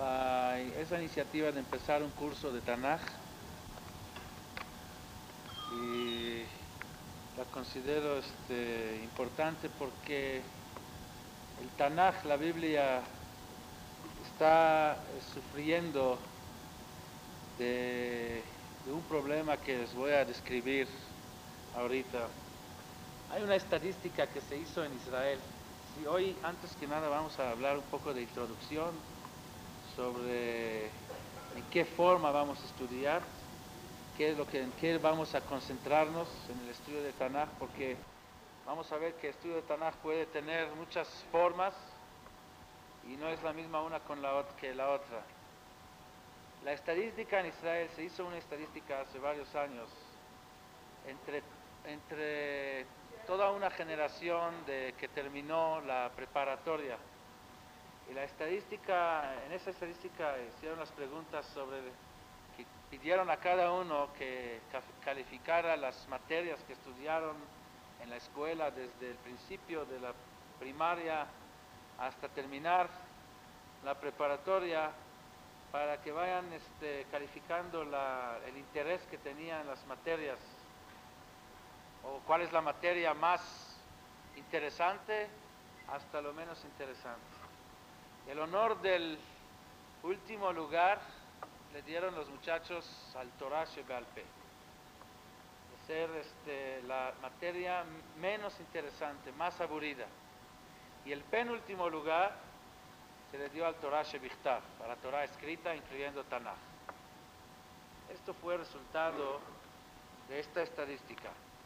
esa iniciativa de empezar un curso de Tanaj y la considero importante porque el Tanaj, la Biblia, está sufriendo de un problema que les voy a describir ahorita. Hay una estadística que se hizo en Israel. Si hoy, antes que nada, vamos a hablar un poco de introducción sobre en qué forma vamos a estudiar, en qué vamos a concentrarnos en el estudio de Tanaj, porque vamos a ver que el estudio de Tanaj puede tener muchas formas y no es la misma una que la otra. La estadística en Israel, se hizo una estadística hace varios años entre, entre toda una generación que terminó la preparatoria. Y en esa estadística hicieron las preguntas que pidieron a cada uno que calificara las materias que estudiaron en la escuela desde el principio de la primaria hasta terminar la preparatoria, para que vayan calificando el interés que tenían en las materias, o cuál es la materia más interesante hasta lo menos interesante. El honor del último lugar le dieron los muchachos al Torah Sheba'al Peh, de ser la materia menos interesante, más aburrida. Y el penúltimo lugar se le dio al Torah Shebichtav, a la Torah escrita, incluyendo Tanaj. Esto fue el resultado de esta estadística.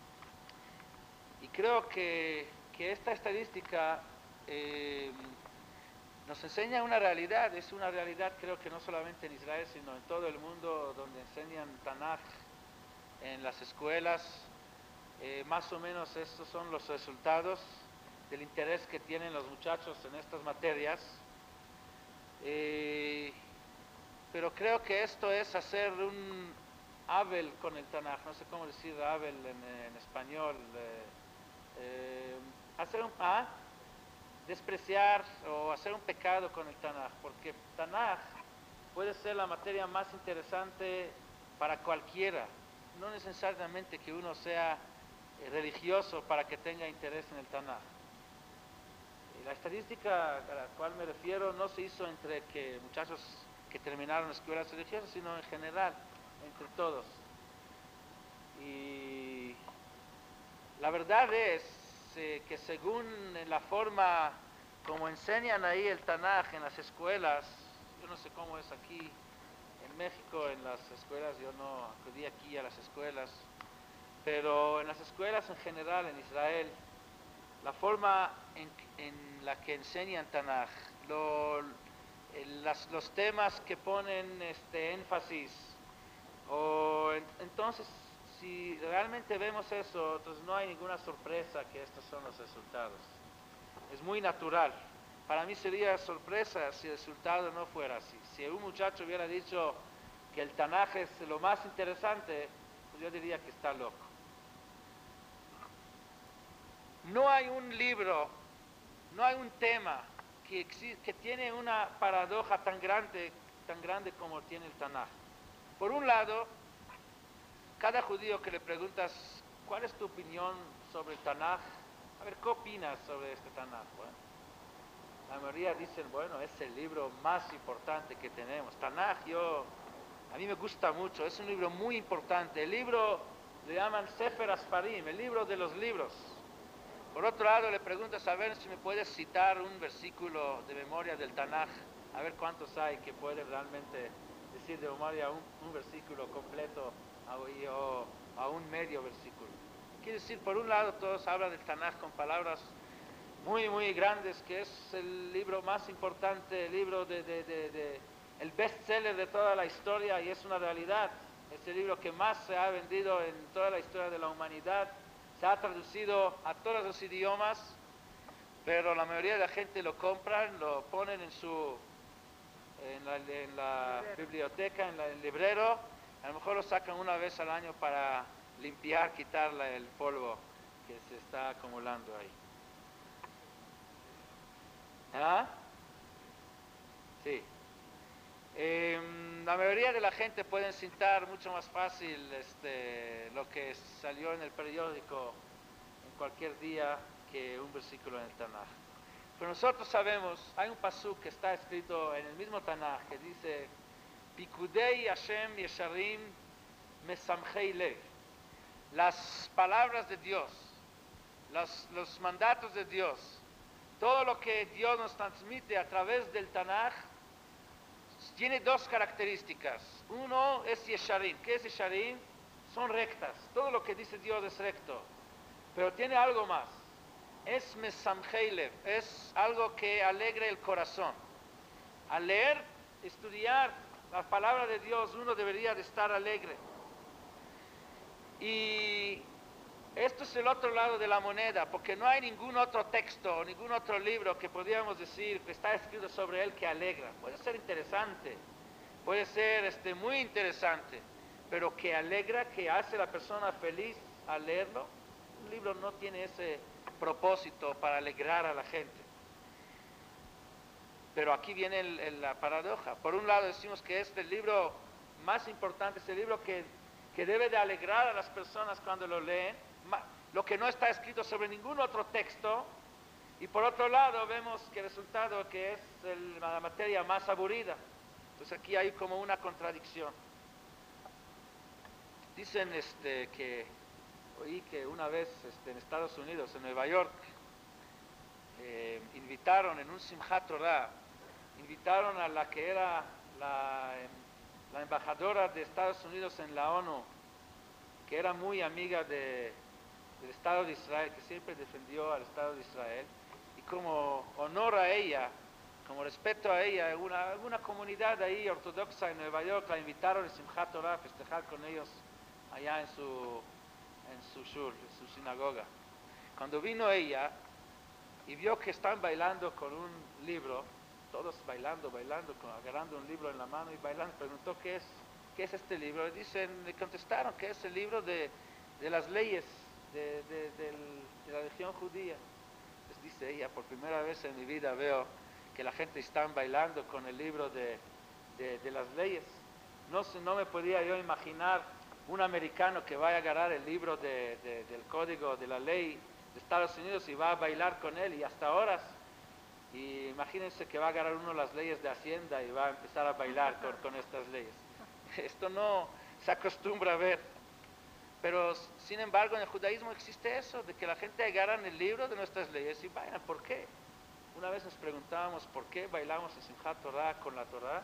Y creo que esta estadística nos enseña una realidad. Es una realidad, creo que no solamente en Israel, sino en todo el mundo donde enseñan Tanaj en las escuelas. Más o menos estos son los resultados del interés que tienen los muchachos en estas materias. Pero creo que esto es hacer un Abel con el Tanaj, no sé cómo decir Abel en español, hacer despreciar o hacer un pecado con el Tanaj, porque Tanaj puede ser la materia más interesante para cualquiera, no necesariamente que uno sea religioso para que tenga interés en el Tanaj. La estadística a la cual me refiero no se hizo entre muchachos que terminaron escuelas religiosas, sino en general, entre todos. Y la verdad es que según la forma como enseñan ahí el Tanaj en las escuelas, yo no sé cómo es aquí en México, en las escuelas, yo no acudí aquí a las escuelas, pero en las escuelas en general en Israel, la forma en la que enseñan Tanaj, los temas que ponen énfasis, entonces si realmente vemos eso, entonces no hay ninguna sorpresa que estos son los resultados. Es muy natural. Para mí sería sorpresa si el resultado no fuera así. Si un muchacho hubiera dicho que el Tanaj es lo más interesante, pues yo diría que está loco. No hay un libro, no hay un tema que tiene una paradoja tan grande como tiene el Tanaj. Por un lado, cada judío que le preguntas, ¿cuál es tu opinión sobre el Tanaj? A ver, ¿qué opinas sobre este Tanaj? Bueno, la mayoría dicen, bueno, es el libro más importante que tenemos. Tanaj, a mí me gusta mucho, es un libro muy importante. El libro le llaman Sefer Asfarim, el libro de los libros. Por otro lado, le preguntas, a ver si me puedes citar un versículo de memoria del Tanaj, a ver cuántos hay que pueden realmente decir de memoria un versículo completo o a un medio versículo. Quiere decir, por un lado, todos hablan del Tanaj con palabras muy, muy grandes, que es el libro más importante, el libro el bestseller de toda la historia, y es una realidad. Es el libro que más se ha vendido en toda la historia de la humanidad. Se ha traducido a todos los idiomas, pero la mayoría de la gente lo compran, lo ponen en la biblioteca, en el librero. A lo mejor lo sacan una vez al año para limpiar, quitar el polvo que se está acumulando ahí. ¿Ah? Sí. La mayoría de la gente pueden citar mucho más fácil lo que salió en el periódico en cualquier día que un versículo en el Tanaj. Pero nosotros sabemos, hay un pasuk que está escrito en el mismo Tanaj que dice Pikudei Hashem Yesharim Mesamchei Lev. Las palabras de Dios, los mandatos de Dios, todo lo que Dios nos transmite a través del Tanaj tiene dos características. Uno es Yesharim. ¿Qué es Yesharim? Son rectas. Todo lo que dice Dios es recto. Pero tiene algo más. Es Mesamchei Lev. Es algo que alegre el corazón. Al leer, estudiar la palabra de Dios, uno debería de estar alegre. Y esto es el otro lado de la moneda, porque no hay ningún otro texto, ningún otro libro que podríamos decir que está escrito sobre él que alegra. Puede ser interesante, puede ser muy interesante, pero que alegra, que hace a la persona feliz al leerlo. Un libro no tiene ese propósito para alegrar a la gente. Pero aquí viene la paradoja. Por un lado decimos que es el libro más importante, es el libro que debe de alegrar a las personas cuando lo leen, lo que no está escrito sobre ningún otro texto, y por otro lado vemos que el resultado que es la materia más aburrida. Entonces aquí hay como una contradicción. Dicen que oí que una vez en Estados Unidos, en Nueva York, invitaron en un Simchat Torah, invitaron a la que era la embajadora de Estados Unidos en la ONU, que era muy amiga del Estado de Israel, que siempre defendió al Estado de Israel, y como honor a ella, como respeto a ella, alguna comunidad ahí ortodoxa en Nueva York la invitaron en Simchat Torah a festejar con ellos allá en su shul, en su sinagoga. Cuando vino ella y vio que están bailando con un libro, todos bailando, agarrando un libro en la mano y bailando, preguntó qué es este libro. Le contestaron que es el libro de las leyes de la religión judía. Les dice ella, por primera vez en mi vida veo que la gente está bailando con el libro de las leyes. No me podía yo imaginar un americano que vaya a agarrar el libro del código de la ley de Estados Unidos y va a bailar con él y hasta horas. Y imagínense que va a agarrar uno las leyes de Hacienda y va a empezar a bailar con estas leyes. Esto no se acostumbra a ver. Pero sin embargo en el judaísmo existe eso, de que la gente agarra el libro de nuestras leyes y bailan. ¿Por qué? Una vez nos preguntábamos por qué bailamos en Simchat Torah con la Torah.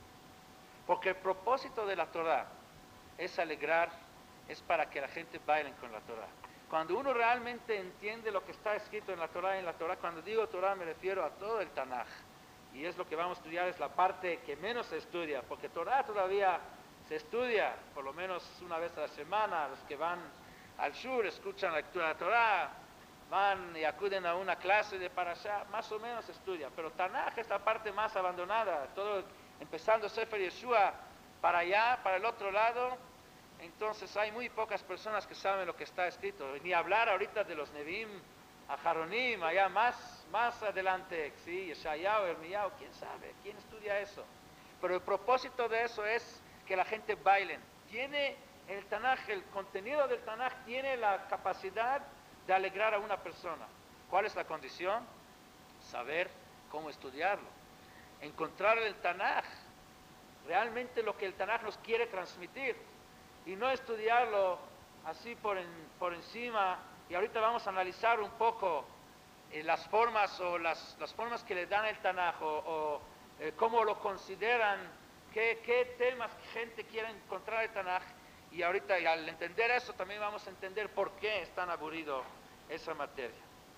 Porque el propósito de la Torah es alegrar, es para que la gente baile con la Torah. Cuando uno realmente entiende lo que está escrito en la Torah, cuando digo Torah me refiero a todo el Tanaj. Y es lo que vamos a estudiar, es la parte que menos se estudia, porque Torah todavía se estudia, por lo menos una vez a la semana. Los que van al shur, escuchan la lectura de la Torah, van y acuden a una clase de Parashá, más o menos se estudia. Pero Tanaj es la parte más abandonada, todo empezando Sefer Yeshua para allá, para el otro lado. Entonces hay muy pocas personas que saben lo que está escrito, ni hablar ahorita de los Nevim, Aharonim, allá más adelante, ¿sí? Yeshayahu, Ermiyahu, quién sabe, quién estudia eso. Pero el propósito de eso es que la gente baile. Tiene el Tanaj, el contenido del Tanaj tiene la capacidad de alegrar a una persona. ¿Cuál es la condición? Saber cómo estudiarlo, encontrar el Tanaj, realmente lo que el Tanaj nos quiere transmitir, y no estudiarlo así por encima. Y ahorita vamos a analizar un poco las formas o las formas que le dan el Tanaj o cómo lo consideran, qué temas gente quiere encontrar el Tanaj. Y ahorita al entender eso también vamos a entender por qué es tan aburrido esa materia.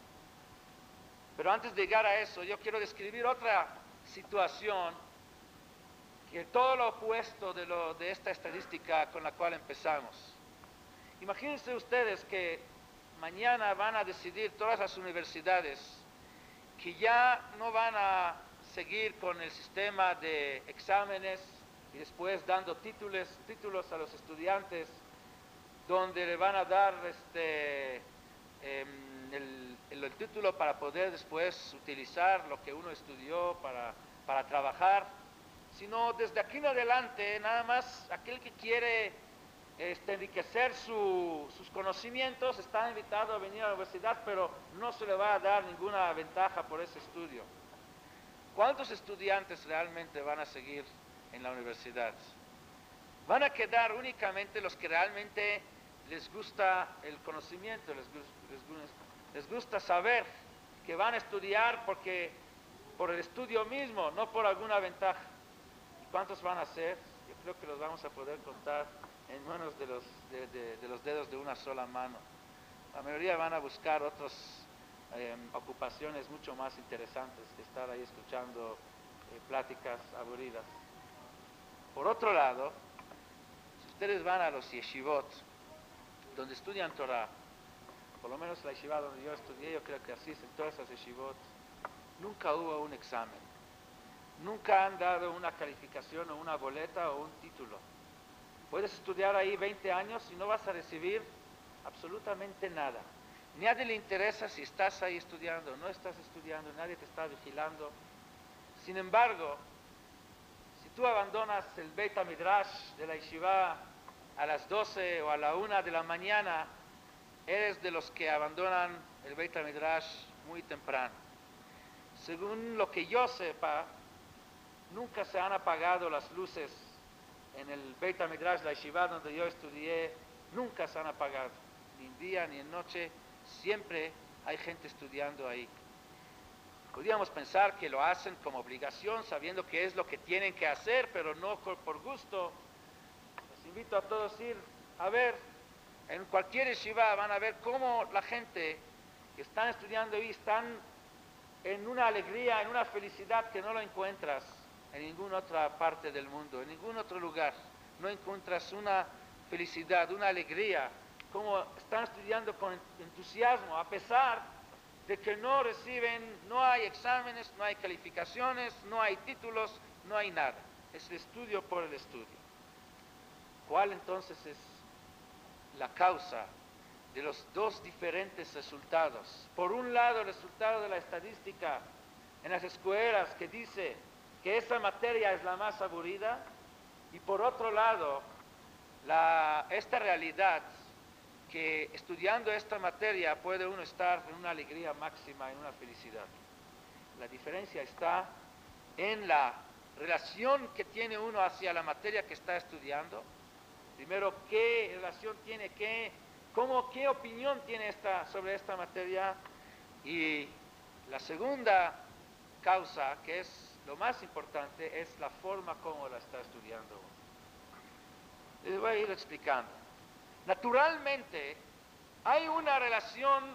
Pero antes de llegar a eso, yo quiero describir otra situación que todo lo opuesto de esta estadística con la cual empezamos. Imagínense ustedes que mañana van a decidir todas las universidades que ya no van a seguir con el sistema de exámenes y después dando títulos a los estudiantes, donde le van a dar el título para poder después utilizar lo que uno estudió para trabajar, sino desde aquí en adelante, nada más aquel que quiere enriquecer sus conocimientos está invitado a venir a la universidad, pero no se le va a dar ninguna ventaja por ese estudio. ¿Cuántos estudiantes realmente van a seguir en la universidad? Van a quedar únicamente los que realmente les gusta el conocimiento, les gusta saber, que van a estudiar por el estudio mismo, no por alguna ventaja. ¿Y cuántos van a ser? Yo creo que los vamos a poder contar en manos de los dedos de una sola mano. La mayoría van a buscar otras ocupaciones mucho más interesantes que estar ahí escuchando pláticas aburridas. Por otro lado, si ustedes van a los yeshivot, donde estudian Torah, por lo menos la yeshiva donde yo estudié, yo creo que así es en todas esas yeshivot, nunca hubo un examen, nunca han dado una calificación o una boleta o un título. Puedes estudiar ahí 20 años y no vas a recibir absolutamente nada. Nadie le interesa si estás ahí estudiando o no estás estudiando, nadie te está vigilando. Sin embargo, si tú abandonas el Beit HaMidrash de la yeshiva a las 12 o a la 1 de la mañana, eres de los que abandonan el Beit HaMidrash muy temprano. Según lo que yo sepa, nunca se han apagado las luces en el Beit HaMidrash, la yeshiva donde yo estudié, nunca se han apagado, ni en día ni en noche, siempre hay gente estudiando ahí. Podríamos pensar que lo hacen como obligación, sabiendo que es lo que tienen que hacer, pero no por gusto. Les invito a todos a ir a ver, en cualquier yeshiva van a ver cómo la gente que están estudiando ahí están en una alegría, en una felicidad que no lo encuentras en ninguna otra parte del mundo, en ningún otro lugar. No encuentras una felicidad, una alegría, como están estudiando con entusiasmo, a pesar de que no reciben, no hay exámenes, no hay calificaciones, no hay títulos, no hay nada. Es el estudio por el estudio. ¿Cuál entonces es la causa de los dos diferentes resultados? Por un lado, el resultado de la estadística en las escuelas que dice que esa materia es la más aburrida, y por otro lado, esta realidad que estudiando esta materia puede uno estar en una alegría máxima, en una felicidad. La diferencia está en la relación que tiene uno hacia la materia que está estudiando. Primero, ¿qué relación tiene? ¿Qué opinión tiene sobre esta materia? Y la segunda causa, que es lo más importante, es la forma como la está estudiando. Les voy a ir explicando. Naturalmente, hay una relación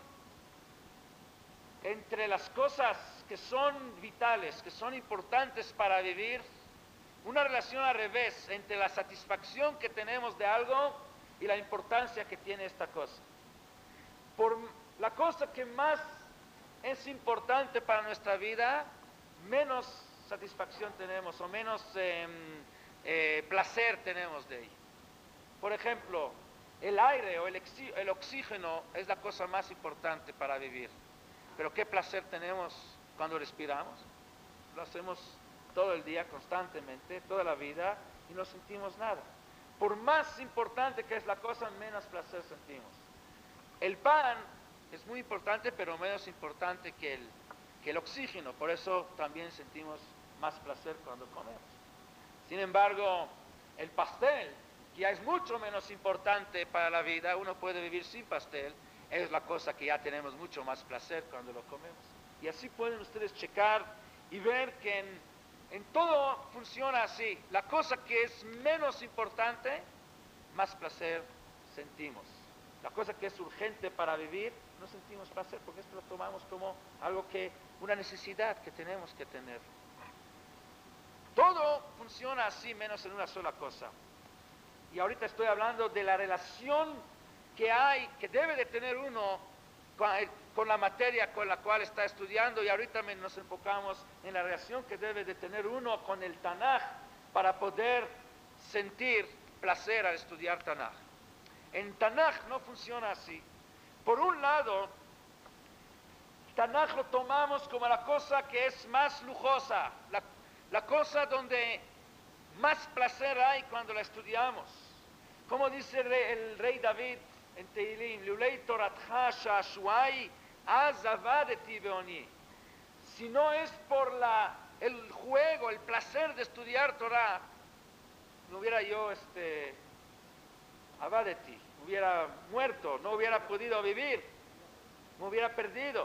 entre las cosas que son vitales, que son importantes para vivir, una relación al revés entre la satisfacción que tenemos de algo y la importancia que tiene esta cosa. Por la cosa que más es importante para nuestra vida, menos satisfacción tenemos o menos placer tenemos de ello. Por ejemplo, el aire o el oxígeno es la cosa más importante para vivir. Pero ¿qué placer tenemos cuando respiramos? Lo hacemos todo el día, constantemente, toda la vida, y no sentimos nada. Por más importante que es la cosa, menos placer sentimos. El pan es muy importante, pero menos importante que el oxígeno. Por eso también sentimos más placer cuando comemos. Sin embargo, el pastel, que ya es mucho menos importante para la vida, uno puede vivir sin pastel, es la cosa que ya tenemos mucho más placer cuando lo comemos. Y así pueden ustedes checar y ver que en todo funciona así. La cosa que es menos importante, más placer sentimos. La cosa que es urgente para vivir, no sentimos placer, porque esto lo tomamos como algo una necesidad que tenemos que tener. Todo funciona así, menos en una sola cosa. Y ahorita estoy hablando de la relación que debe de tener uno con la materia con la cual está estudiando, y ahorita nos enfocamos en la relación que debe de tener uno con el Tanaj para poder sentir placer al estudiar Tanaj. En Tanaj no funciona así. Por un lado, Tanaj lo tomamos como la cosa que es más lujosa, la cosa donde más placer hay cuando la estudiamos. Como dice el rey David en Tehilim, Lulei Toratcha Shashuai, Az Avadeti Beoni. Si no es por el juego, el placer de estudiar Torah, no hubiera yo Avadeti, hubiera muerto, no hubiera podido vivir, me hubiera perdido.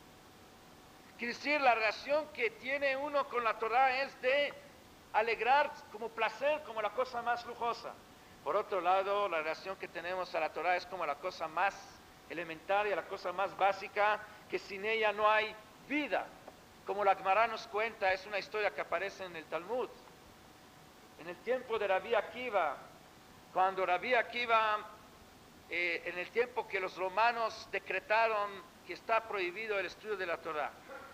Quiere decir, la relación que tiene uno con la Torah es de alegrar como placer, como la cosa más lujosa. Por otro lado, la relación que tenemos a la Torah es como la cosa más elementaria, la cosa más básica, que sin ella no hay vida. Como la Gemara nos cuenta, es una historia que aparece en el Talmud. En el tiempo de Rabbi Akiva, cuando Rabbi Akiva, en el tiempo que los romanos decretaron que está prohibido el estudio de la Torah,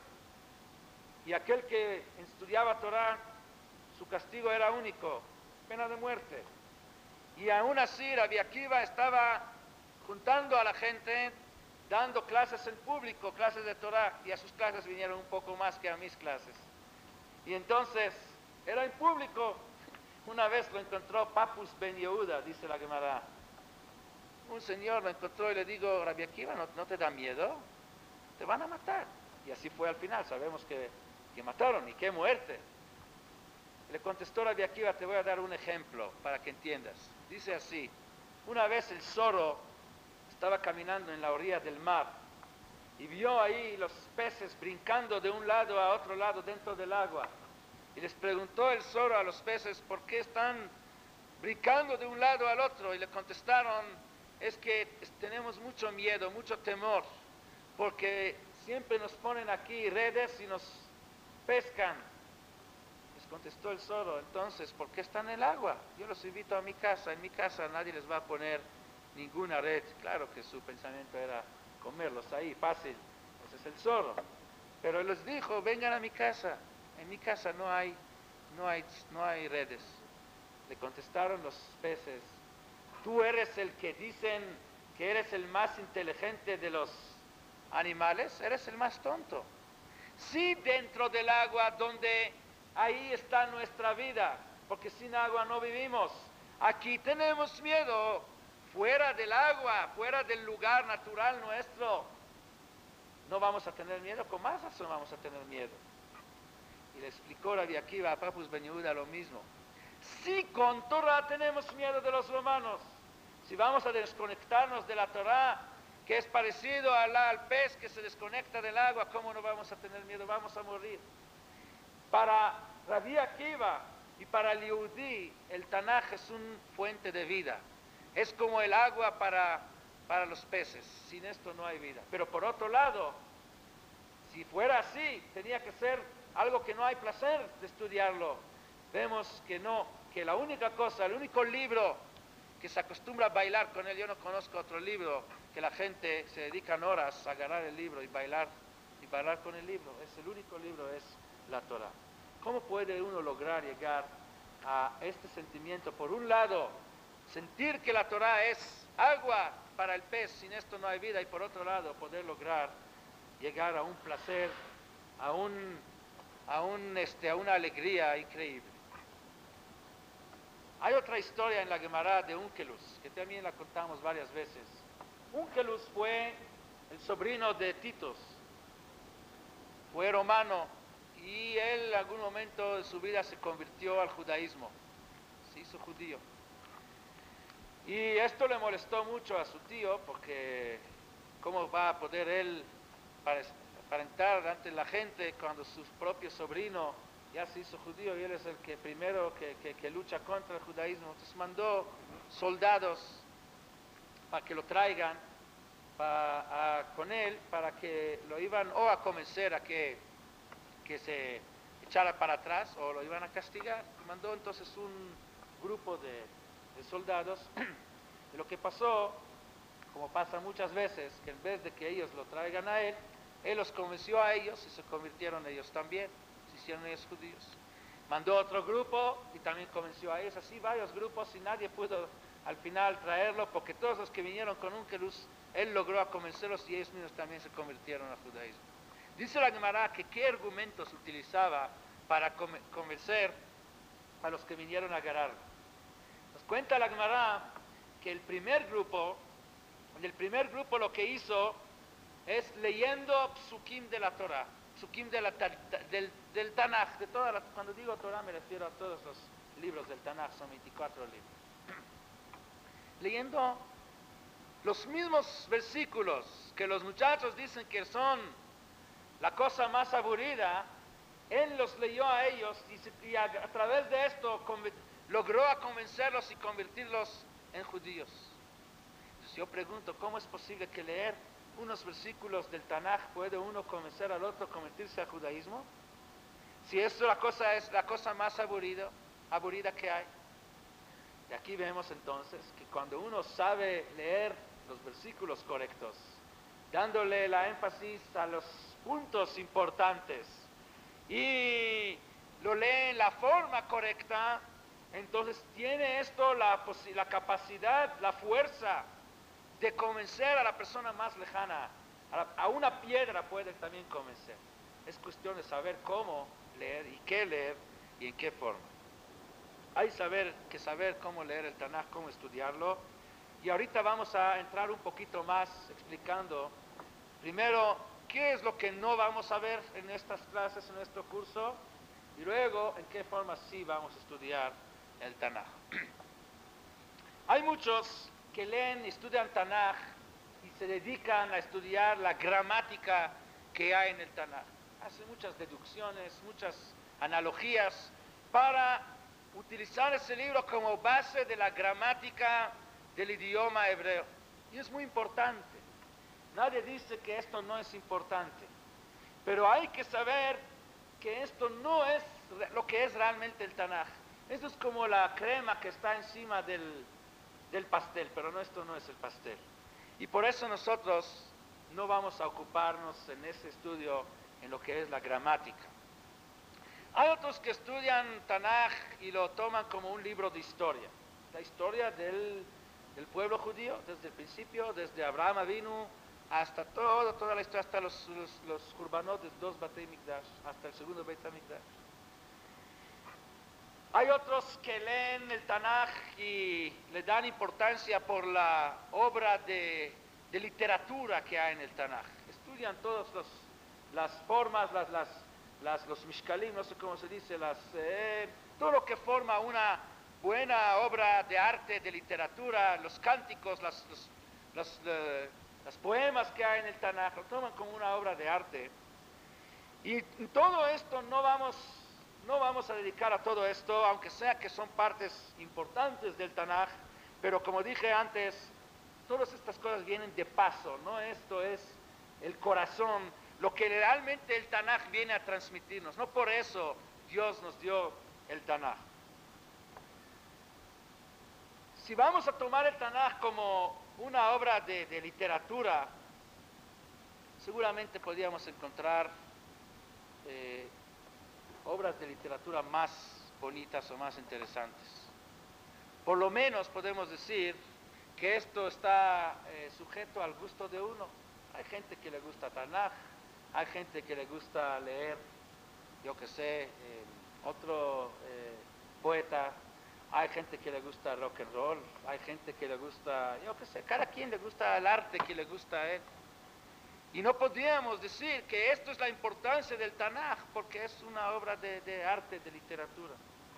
y aquel que estudiaba Torah, su castigo era único, pena de muerte. Y aún así Rabbi Akiva estaba juntando a la gente, dando clases en público, clases de Torah, y a sus clases vinieron un poco más que a mis clases. Y entonces, era en público. Una vez lo encontró Papus Ben Yehuda, dice la Gemara. Un señor lo encontró y le digo, Rabbi Akiva, ¿no te da miedo? Te van a matar. Y así fue al final, sabemos que mataron, y qué muerte. Le contestó Rabbi Akiva, te voy a dar un ejemplo para que entiendas. Dice así, una vez el zorro estaba caminando en la orilla del mar y vio ahí los peces brincando de un lado a otro lado dentro del agua. Y les preguntó el zorro a los peces, ¿por qué están brincando de un lado al otro? Y le contestaron, es que tenemos mucho miedo, mucho temor, porque siempre nos ponen aquí redes y nos pescan. Les contestó el zorro, entonces, ¿por qué están en el agua? Yo los invito a mi casa, en mi casa nadie les va a poner ninguna red. Claro que su pensamiento era comerlos ahí, fácil, ese es el zorro. Pero él les dijo, vengan a mi casa, en mi casa no hay redes. Le contestaron los peces, tú eres el que dicen que eres el más inteligente de los animales, eres el más tonto. Sí, dentro del agua, donde ahí está nuestra vida, porque sin agua no vivimos. Aquí tenemos miedo, fuera del agua, fuera del lugar natural nuestro. No vamos a tener miedo, con más razón vamos a tener miedo. Y le explicó Rabbi Akiva a Papus Ben Yehuda lo mismo. Si con Torah tenemos miedo de los romanos, si vamos a desconectarnos de la Torah, que es parecido al pez que se desconecta del agua, ¿cómo no vamos a tener miedo? Vamos a morir. Para Rabbi Akiva y para el Yehudí, el Tanaj es una fuente de vida. Es como el agua para los peces. Sin esto no hay vida. Pero por otro lado, si fuera así, tenía que ser algo que no hay placer de estudiarlo. Vemos que no, que la única cosa, el único libro que se acostumbra a bailar con él, yo no conozco otro libro que la gente se dedican horas a agarrar el libro y bailar con el libro. Es el único libro, es la Torah. ¿Cómo puede uno lograr llegar a este sentimiento? Por un lado, sentir que la Torah es agua para el pez, sin esto no hay vida, y por otro lado, poder lograr llegar a un placer, a una alegría increíble. Hay otra historia en la Gemara de Unkelus, que también la contamos varias veces. Unkelus fue el sobrino de Titos, fue romano, y él en algún momento de su vida se convirtió al judaísmo, se hizo judío. Y esto le molestó mucho a su tío, porque ¿cómo va a poder él aparentar ante la gente cuando su propio sobrino ya se hizo judío y él es el que primero que lucha contra el judaísmo? Entonces mandó soldados para que lo traigan con él, para que lo iban o a convencer a que se echara para atrás o lo iban a castigar. Y mandó entonces un grupo de soldados. Y lo que pasó, como pasa muchas veces, que en vez de que ellos lo traigan a él los convenció a ellos y se convirtieron ellos también, se hicieron ellos judíos. Mandó otro grupo y también convenció a ellos, así varios grupos, y nadie pudo al final traerlo, porque todos los que vinieron con Unkelus, él logró convencerlos y ellos mismos también se convirtieron al judaísmo. Dice la Gemara que qué argumentos utilizaba para convencer a los que vinieron a agarrarlo. Nos cuenta la Gemara que el primer grupo lo que hizo es leyendo psukim de la Torah, psukim de del Tanaj, cuando digo Torah me refiero a todos los libros del Tanaj, son 24 libros. Leyendo los mismos versículos que los muchachos dicen que son la cosa más aburrida, él los leyó a ellos y a través de esto logró a convencerlos y convertirlos en judíos. Entonces yo pregunto, ¿cómo es posible que leer unos versículos del Tanaj puede uno convencer al otro a convertirse al judaísmo? Si eso es la cosa más aburrida que hay. Y aquí vemos entonces que cuando uno sabe leer los versículos correctos, dándole la énfasis a los puntos importantes y lo lee en la forma correcta, entonces tiene esto la capacidad, la fuerza de convencer a la persona más lejana. A una piedra puede también convencer. Es cuestión de saber cómo leer y qué leer y en qué forma. Hay que saber cómo leer el Tanaj, cómo estudiarlo. Y ahorita vamos a entrar un poquito más explicando, primero, qué es lo que no vamos a ver en estas clases, en nuestro curso, y luego en qué forma sí vamos a estudiar el Tanaj. Hay muchos que leen y estudian Tanaj y se dedican a estudiar la gramática que hay en el Tanaj. Hacen muchas deducciones, muchas analogías para utilizar ese libro como base de la gramática del idioma hebreo. Y es muy importante. Nadie dice que esto no es importante. Pero hay que saber que esto no es lo que es realmente el Tanaj. Esto es como la crema que está encima del pastel, pero esto no es el pastel. Y por eso nosotros no vamos a ocuparnos en ese estudio en lo que es la gramática. Hay otros que estudian Tanaj y lo toman como un libro de historia. La historia del pueblo judío, desde el principio, desde Abraham Avinu, hasta toda la historia, hasta los Kurbanot de 2 Batei Mikdash, hasta el segundo Beit HaMikdash. Hay otros que leen el Tanaj y le dan importancia por la obra de literatura que hay en el Tanaj. Estudian todas las formas, los mishkalim, no sé cómo se dice, todo lo que forma una buena obra de arte, de literatura, los cánticos, las poemas que hay en el Tanaj, lo toman como una obra de arte. Y todo esto no vamos a dedicar a todo esto, aunque sea que son partes importantes del Tanaj, pero como dije antes, todas estas cosas vienen de paso, ¿no? Esto es el corazón, lo que realmente el Tanaj viene a transmitirnos. No por eso Dios nos dio el Tanaj. Si vamos a tomar el Tanaj como una obra de literatura, seguramente podríamos encontrar obras de literatura más bonitas o más interesantes. Por lo menos podemos decir que esto está sujeto al gusto de uno. Hay gente que le gusta Tanaj, hay gente que le gusta leer, yo que sé, otro poeta, hay gente que le gusta rock and roll, hay gente que le gusta, yo que sé, cada quien le gusta el arte que le gusta a él. Y no podríamos decir que esto es la importancia del Tanaj, porque es una obra de arte, de literatura.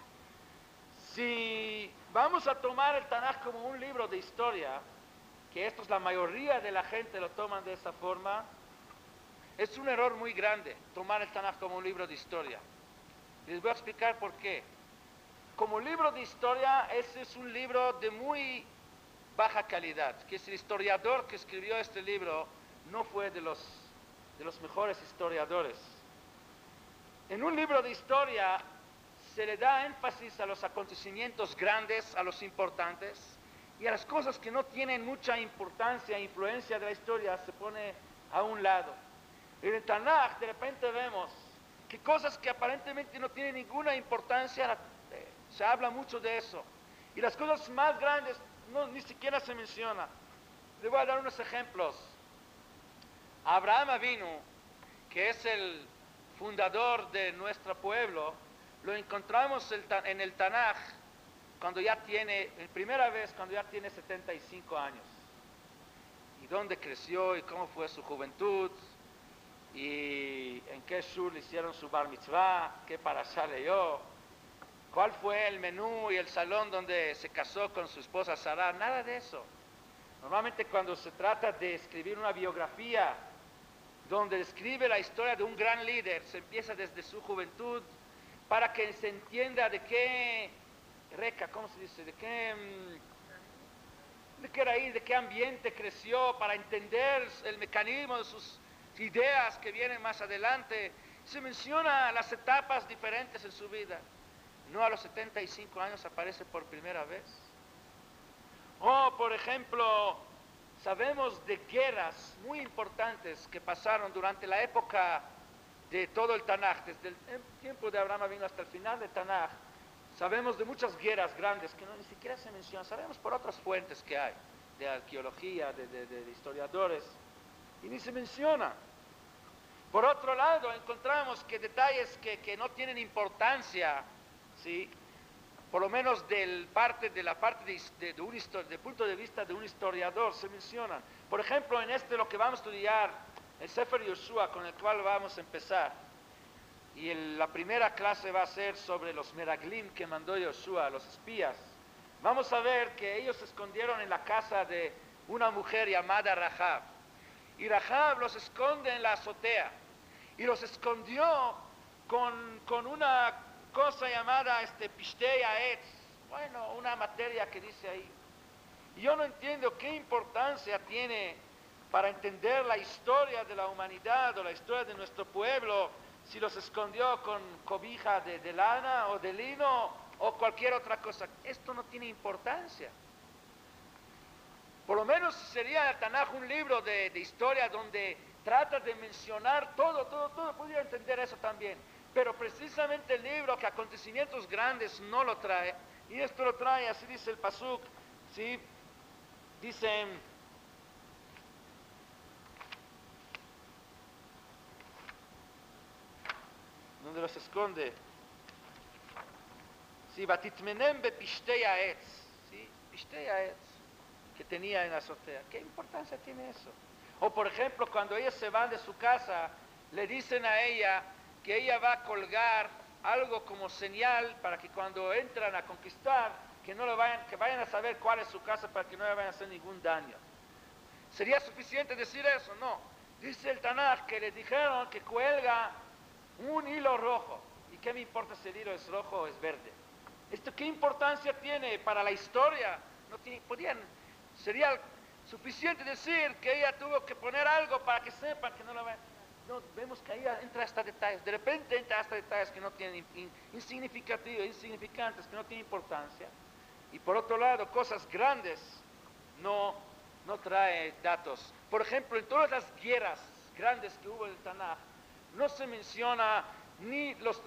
Si vamos a tomar el Tanaj como un libro de historia, que esto es la mayoría de la gente lo toman de esa forma, es un error muy grande tomar el Tanaj como un libro de historia. Les voy a explicar por qué. Como libro de historia, ese es un libro de muy baja calidad, que es el historiador que escribió este libro no fue de los mejores historiadores. En un libro de historia se le da énfasis a los acontecimientos grandes, a los importantes, y a las cosas que no tienen mucha importancia e influencia de la historia se pone a un lado. En el Tanaj de repente vemos que cosas que aparentemente no tienen ninguna importancia, se habla mucho de eso, y las cosas más grandes ni siquiera se menciona. Les voy a dar unos ejemplos. Abraham Avinu, que es el fundador de nuestro pueblo, lo encontramos en el Tanaj cuando ya tiene, en primera vez cuando ya tiene 75 años. Y dónde creció y cómo fue su juventud y en qué shul hicieron su bar mitzvah, qué parashá leyó, cuál fue el menú y el salón donde se casó con su esposa Sarah, nada de eso. Normalmente cuando se trata de escribir una biografía donde describe la historia de un gran líder, se empieza desde su juventud para que se entienda de qué ¿cómo se dice? De qué raíz, de qué ambiente creció, para entender el mecanismo de sus ideas que vienen más adelante. Se menciona las etapas diferentes en su vida. No a los 75 años aparece por primera vez. O, por ejemplo, sabemos de guerras muy importantes que pasaron durante la época de todo el Tanaj, desde el tiempo de Abraham Avinu hasta el final del Tanaj. Sabemos de muchas guerras grandes que ni siquiera se mencionan, sabemos por otras fuentes que hay, de arqueología, de historiadores, y ni se menciona. Por otro lado, encontramos que detalles que no tienen importancia, ¿sí? Por lo menos del punto de vista de un historiador se mencionan. Por ejemplo, en lo que vamos a estudiar, el Sefer Yoshua, con el cual vamos a empezar, y la primera clase va a ser sobre los meraglim que mandó Yoshua, los espías. Vamos a ver que ellos se escondieron en la casa de una mujer llamada Rahab. Y Rahab los esconde en la azotea. Y los escondió con una cosa llamada Pishtei Aetz. Bueno, una materia que dice ahí. Y yo no entiendo qué importancia tiene para entender la historia de la humanidad o la historia de nuestro pueblo, si los escondió con cobija de lana o de lino o cualquier otra cosa. Esto no tiene importancia. Por lo menos sería el Tanaj un libro de historia donde trata de mencionar todo, podría entender eso también. Pero precisamente el libro que acontecimientos grandes no lo trae, y esto lo trae, así dice el Pasuk, ¿sí? Dicen, donde los esconde, ¿sí? Batitmenem be Pishtei Aetz, ¿sí? Pishtei Aetz, que tenía en la azotea. ¿Qué importancia tiene eso? O por ejemplo, cuando ellos se van de su casa, le dicen a ella que ella va a colgar algo como señal para que cuando entran a conquistar, que vayan a saber cuál es su casa para que no le vayan a hacer ningún daño. ¿Sería suficiente decir eso? No. Dice el Tanaj que le dijeron que cuelga un hilo rojo. ¿Y qué me importa si el hilo es rojo o es verde? ¿Esto qué importancia tiene para la historia? Sería suficiente decir que ella tuvo que poner algo para que sepan que no lo vayan. No, vemos que ahí entra hasta detalles, de repente entra hasta detalles que no tienen insignificantes, que no tienen importancia. Y por otro lado, cosas grandes no trae datos. Por ejemplo, en todas las guerras grandes que hubo en el Tanaj, no se menciona ni los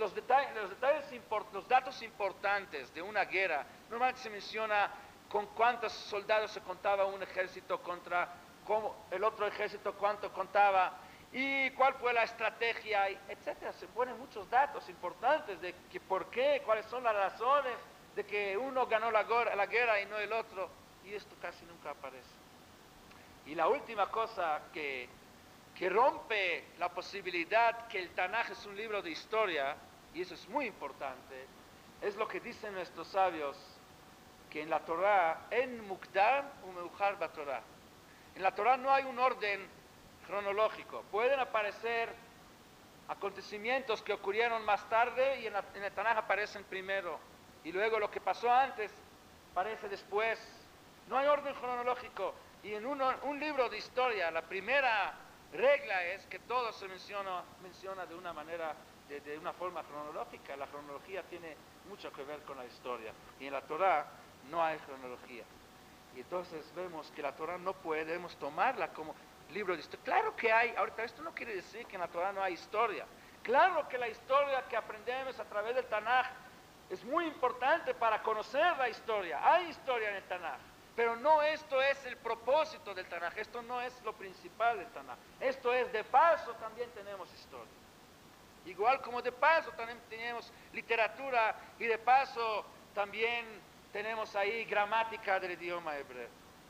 datos importantes de una guerra. Normalmente se menciona con cuántos soldados se contaba un ejército contra el otro ejército, cuánto contaba, y cuál fue la estrategia, etcétera. Se ponen muchos datos importantes de que por qué, cuáles son las razones de que uno ganó la guerra y no el otro, y esto casi nunca aparece. Y la última cosa que rompe la posibilidad que el Tanaj es un libro de historia, y eso es muy importante, es lo que dicen nuestros sabios, que en la Torah, en Mukdam u Meujar Batorah, en la Torah no hay un orden cronológico. Pueden aparecer acontecimientos que ocurrieron más tarde y en el Tanaj aparecen primero, y luego lo que pasó antes aparece después. No hay orden cronológico. Y en un libro de historia, la primera regla es que todo se menciona de una manera, de una forma cronológica. La cronología tiene mucho que ver con la historia. Y en la Torah no hay cronología. Y entonces vemos que la Torah no podemos tomarla como libro de historia. Claro que hay, ahorita esto no quiere decir que en la Torah no hay historia. Claro que la historia que aprendemos a través del Tanaj es muy importante para conocer la historia. Hay historia en el Tanaj. Pero no esto es el propósito del Tanaj, esto no es lo principal del Tanaj. Esto es, de paso también tenemos historia. Igual como de paso también tenemos literatura y de paso también tenemos ahí gramática del idioma hebreo.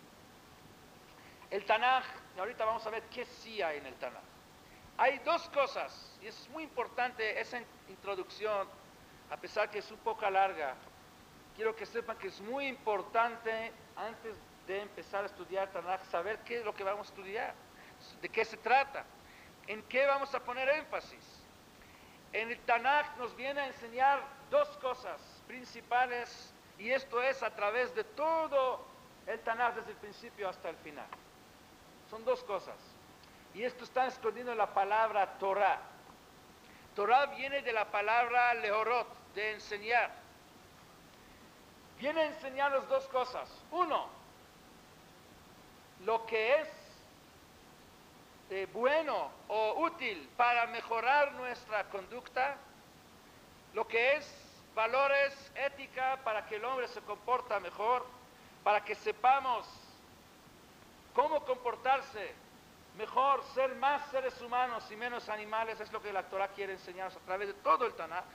El Tanaj, y ahorita vamos a ver qué sí hay en el Tanaj. Hay dos cosas, y es muy importante esa introducción, a pesar que es un poco larga. Quiero que sepan que es muy importante, antes de empezar a estudiar Tanaj, saber qué es lo que vamos a estudiar, de qué se trata, en qué vamos a poner énfasis. En el Tanaj nos viene a enseñar dos cosas principales, y esto es a través de todo el Tanaj, desde el principio hasta el final. Son dos cosas. Y esto está escondido en la palabra Torah. Torah viene de la palabra lehorot, de enseñar. Viene a enseñarnos dos cosas. Uno, lo que es bueno o útil para mejorar nuestra conducta, lo que es valores, ética, para que el hombre se comporta mejor, para que sepamos cómo comportarse mejor, ser más seres humanos y menos animales, es lo que la Torah quiere enseñarnos a través de todo el Tanaj.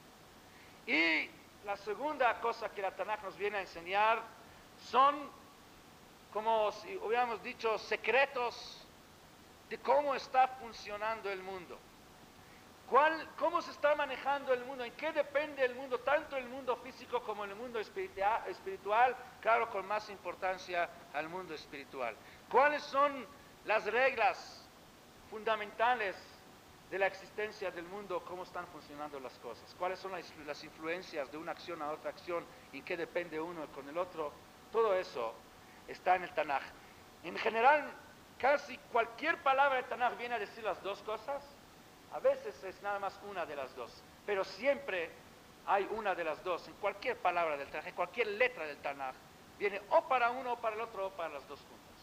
Y la segunda cosa que la Tanaj nos viene a enseñar son, como si hubiéramos dicho, secretos de cómo está funcionando el mundo. ¿Cómo se está manejando el mundo? ¿En qué depende el mundo? Tanto el mundo físico como el mundo espiritual, claro, con más importancia al mundo espiritual. ¿Cuáles son las reglas fundamentales de la existencia del mundo? ¿Cómo están funcionando las cosas? ¿Cuáles son las influencias de una acción a otra acción? ¿En qué depende uno con el otro? Todo eso está en el Tanaj. En general, casi cualquier palabra del Tanaj viene a decir las dos cosas. A veces es nada más una de las dos, pero siempre hay una de las dos. En cualquier palabra del Tanaj, en cualquier letra del Tanaj, viene o para uno, o para el otro, o para las dos juntas.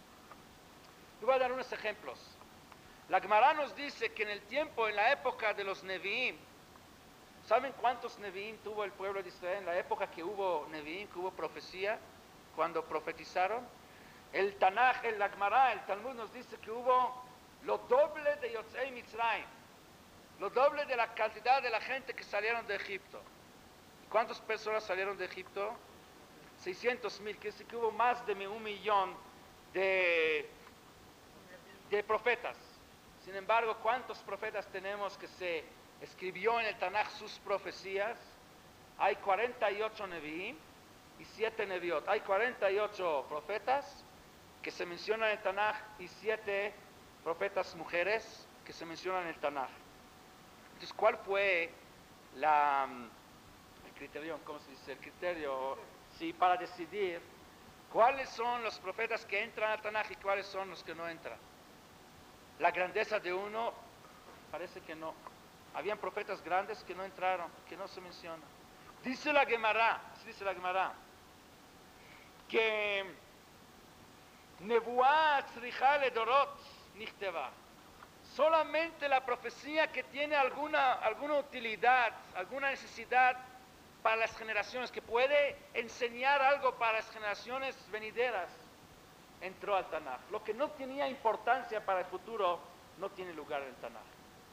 Les voy a dar unos ejemplos. La Gemara nos dice que en la época de los Nevi'im, ¿saben cuántos Nevi'im tuvo el pueblo de Israel en la época que hubo Nevi'im, que hubo profecía, cuando profetizaron? El Tanaj, la Gemara, el Talmud nos dice que hubo lo doble de Yotzei Mitzrayim, lo doble de la cantidad de la gente que salieron de Egipto. ¿Cuántas personas salieron de Egipto? 600,000, quiere decir que hubo más de 1,000,000 de profetas. Sin embargo, ¿cuántos profetas tenemos que se escribió en el Tanaj sus profecías? Hay 48 Nevi'im y 7 Neviot. Hay 48 profetas que se mencionan en el Tanaj y 7 profetas mujeres que se mencionan en el Tanaj. Entonces, ¿cuál fue el criterio, cómo se dice? El criterio, sí, para decidir cuáles son los profetas que entran al Tanaj y cuáles son los que no entran? La grandeza de uno, parece que no. Habían profetas grandes que no entraron, que no se mencionan. Dice la Gemara, que Nebuá tzricha ledorot nichteva. Solamente la profecía que tiene alguna utilidad, alguna necesidad para las generaciones, que puede enseñar algo para las generaciones venideras, entró al Tanaj. Lo que no tenía importancia para el futuro no tiene lugar en el Tanaj.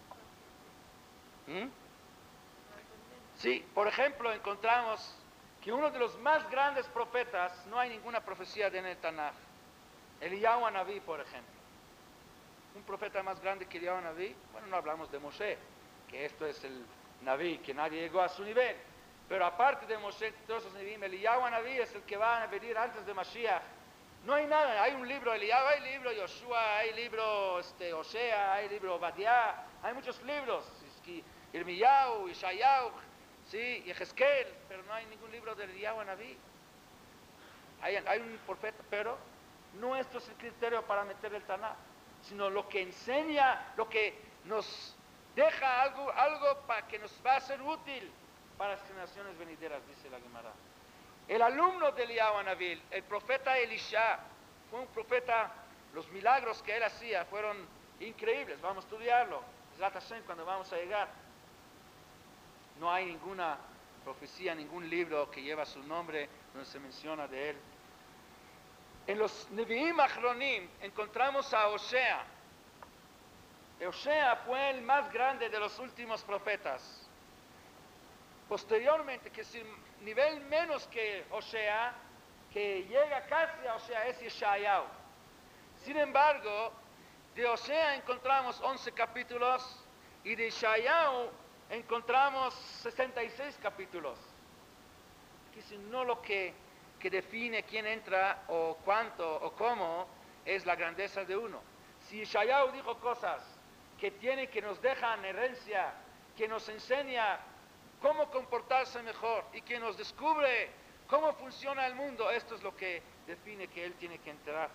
Sí, por ejemplo, encontramos que uno de los más grandes profetas, no hay ninguna profecía de en el Tanaj. Eliyahu Hanaví, por ejemplo. Un profeta más grande que Eliyahu Hanaví. Bueno, no hablamos de Moshe, que esto es el Naví, que nadie llegó a su nivel. Pero aparte de Moshe, todos esos Nevi'im, Eliyahu Hanaví es el que va a venir antes de Mashiach. No hay nada, hay un libro Eliyahu, hay libro Yoshua, hay libro Osea, hay libro Obadiah, hay muchos libros, Irmiyahu, Ishayahu, sí, y Ezequiel, pero no hay ningún libro de Eliyahu Hanaví. Hay un profeta, pero no esto es el criterio para meter el Tanaj, sino lo que enseña, lo que nos deja algo para que nos va a ser útil para las generaciones venideras, dice la Gemara. El alumno de Eliyahu Hanaví, el profeta Elisha, fue un profeta, los milagros que él hacía fueron increíbles, vamos a estudiarlo, cuando vamos a llegar. No hay ninguna profecía, ningún libro que lleva su nombre donde se menciona de él. En los Nevi'im Achronim encontramos a Osea. Osea fue el más grande de los últimos profetas. Posteriormente, que es el nivel menos que Osea, que llega casi a Osea, es Yeshayahu. Sin embargo, de Osea encontramos 11 capítulos y de Yeshayahu encontramos 66 capítulos. Que es no lo que define quién entra o cuánto o cómo es la grandeza de uno. Si Yeshayahu dijo cosas que nos dejan herencia, que nos enseña cómo comportarse mejor y que nos descubre cómo funciona el mundo, esto es lo que define que él tiene que entrar.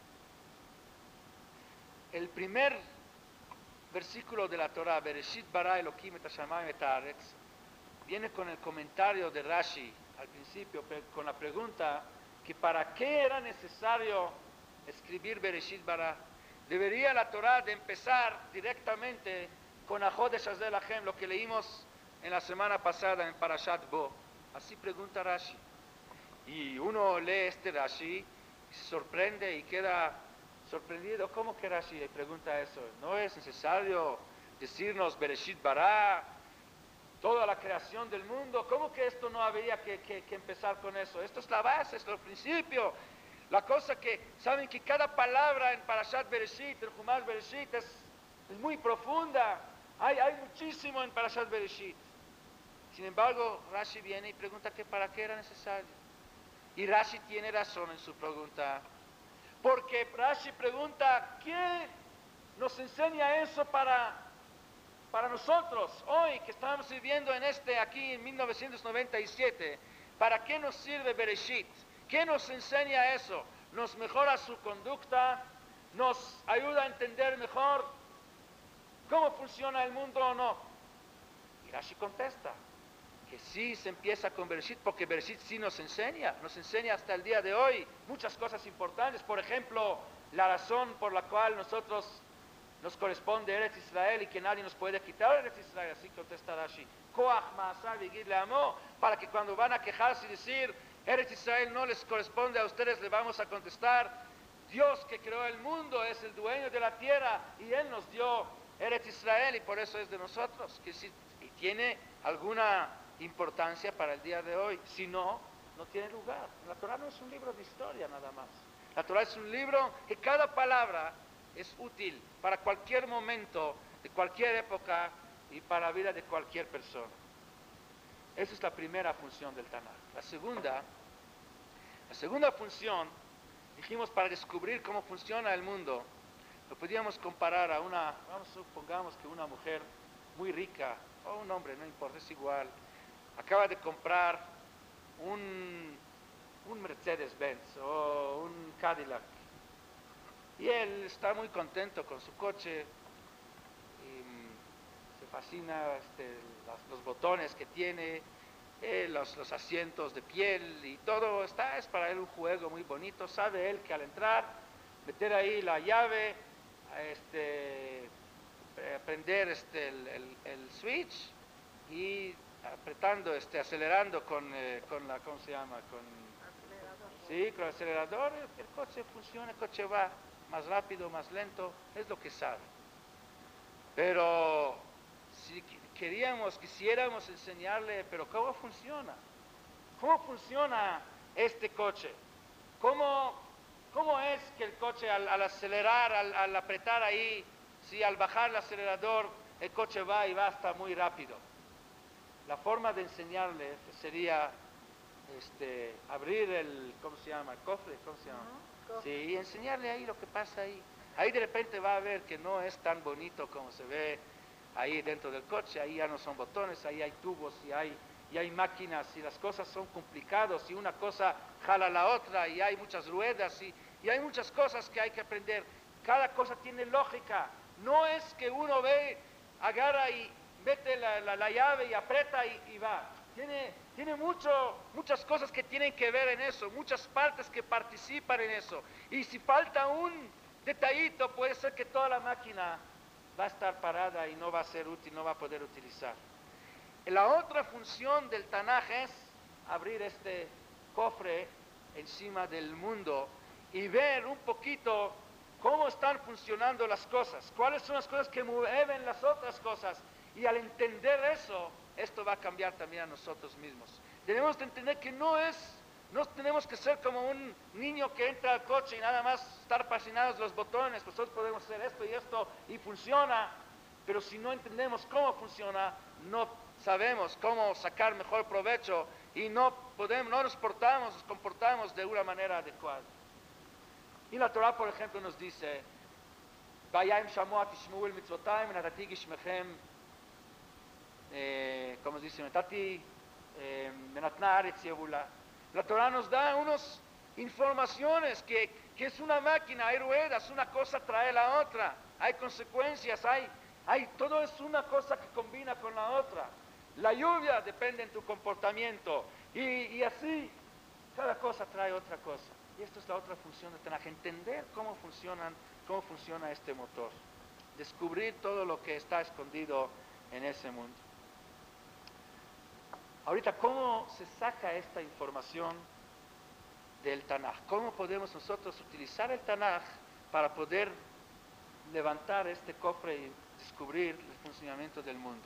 El primer versículo de la Torah, Bereshit bara Elohim et hashamayim et haaretz, viene con el comentario de Rashi al principio, con la pregunta que para qué era necesario escribir Bereshit bara. Debería la Torah de empezar directamente con Ajodesh Hazel Lachem, lo que leímos en la semana pasada en Parashat Bo. Así pregunta Rashi. Y uno lee este Rashi, se sorprende y queda sorprendido. ¿Cómo que Rashi pregunta eso? ¿No es necesario decirnos Bereshit bara, toda la creación del mundo? ¿Cómo que esto no habría que empezar con eso? Esto es la base, es el principio. La cosa que, saben que cada palabra en Parashat Bereshit, en Jumash Bereshit, es muy profunda. Hay muchísimo en Parashat Bereshit. Sin embargo, Rashi viene y pregunta que para qué era necesario. Y Rashi tiene razón en su pregunta. Porque Rashi pregunta, ¿qué nos enseña eso para nosotros hoy que estamos viviendo aquí en 1997? ¿Para qué nos sirve Bereshit? ¿Qué nos enseña eso? ¿Nos mejora su conducta? ¿Nos ayuda a entender mejor cómo funciona el mundo o no? Y Rashi contesta que sí se empieza con Bereshit, porque Bereshit sí nos enseña hasta el día de hoy muchas cosas importantes. Por ejemplo, la razón por la cual nosotros nos corresponde Eretz Israel y que nadie nos puede quitar Eretz Israel. Así contesta Rashi, Koach Ma'asah V'Gid Le'amo, para que cuando van a quejarse y decir Eretz Israel no les corresponde a ustedes, le vamos a contestar, Dios que creó el mundo es el dueño de la tierra y Él nos dio Eretz Israel y por eso es de nosotros. Que si tiene alguna importancia para el día de hoy, si no, no tiene lugar. La Torah no es un libro de historia nada más. La Torah es un libro que cada palabra es útil para cualquier momento, de cualquier época y para la vida de cualquier persona. Esa es la primera función del Tanaj. La segunda función, dijimos, para descubrir cómo funciona el mundo, lo podíamos comparar a supongamos que una mujer muy rica, o un hombre, no importa, es igual, acaba de comprar un Mercedes-Benz o un Cadillac. Y él está muy contento con su coche, y se fascina los botones que tiene, los asientos de piel y todo es para él un juego muy bonito. Sabe él que al entrar, meter ahí la llave, prender el switch y apretando, acelerando con la, ¿cómo se llama? Sí, con el acelerador, el coche funciona, el coche va más rápido, más lento, es lo que sabe. Pero si quisiéramos enseñarle, pero ¿cómo funciona? ¿Cómo funciona este coche? ¿Cómo es que el coche al acelerar, al apretar ahí, al bajar el acelerador, el coche va y va hasta muy rápido? La forma de enseñarle sería abrir el, ¿cómo se llama? El cofre, ¿cómo se llama? Sí, y enseñarle ahí lo que pasa ahí. Ahí de repente va a ver que no es tan bonito como se ve ahí dentro del coche. Ahí ya no son botones, ahí hay tubos y hay máquinas y las cosas son complicadas y una cosa jala a la otra y hay muchas ruedas y hay muchas cosas que hay que aprender. Cada cosa tiene lógica. No es que uno ve, agarra y mete la llave y aprieta y va. Tiene muchas cosas que tienen que ver en eso, muchas partes que participan en eso. Y si falta un detallito, puede ser que toda la máquina va a estar parada y no va a ser útil, no va a poder utilizar. La otra función del Tanaj es abrir este cofre encima del mundo y ver un poquito cómo están funcionando las cosas, cuáles son las cosas que mueven las otras cosas. Y al entender eso, esto va a cambiar también a nosotros mismos. Debemos de entender que no tenemos que ser como un niño que entra al coche y nada más estar fascinados los botones. Nosotros podemos hacer esto y funciona, pero si no entendemos cómo funciona, no sabemos cómo sacar mejor provecho y no nos comportamos de una manera adecuada. Y la Torah, por ejemplo, nos dice, como dice, la Torah nos da unas informaciones que es una máquina, hay ruedas, una cosa trae la otra, hay consecuencias, todo es una cosa que combina con la otra. La lluvia depende de tu comportamiento y así cada cosa trae otra cosa. Y esta es la otra función de Tanaj, entender cómo funciona este motor, descubrir todo lo que está escondido en ese mundo. Ahorita, ¿cómo se saca esta información del Tanaj? ¿Cómo podemos nosotros utilizar el Tanaj para poder levantar este cofre y descubrir el funcionamiento del mundo?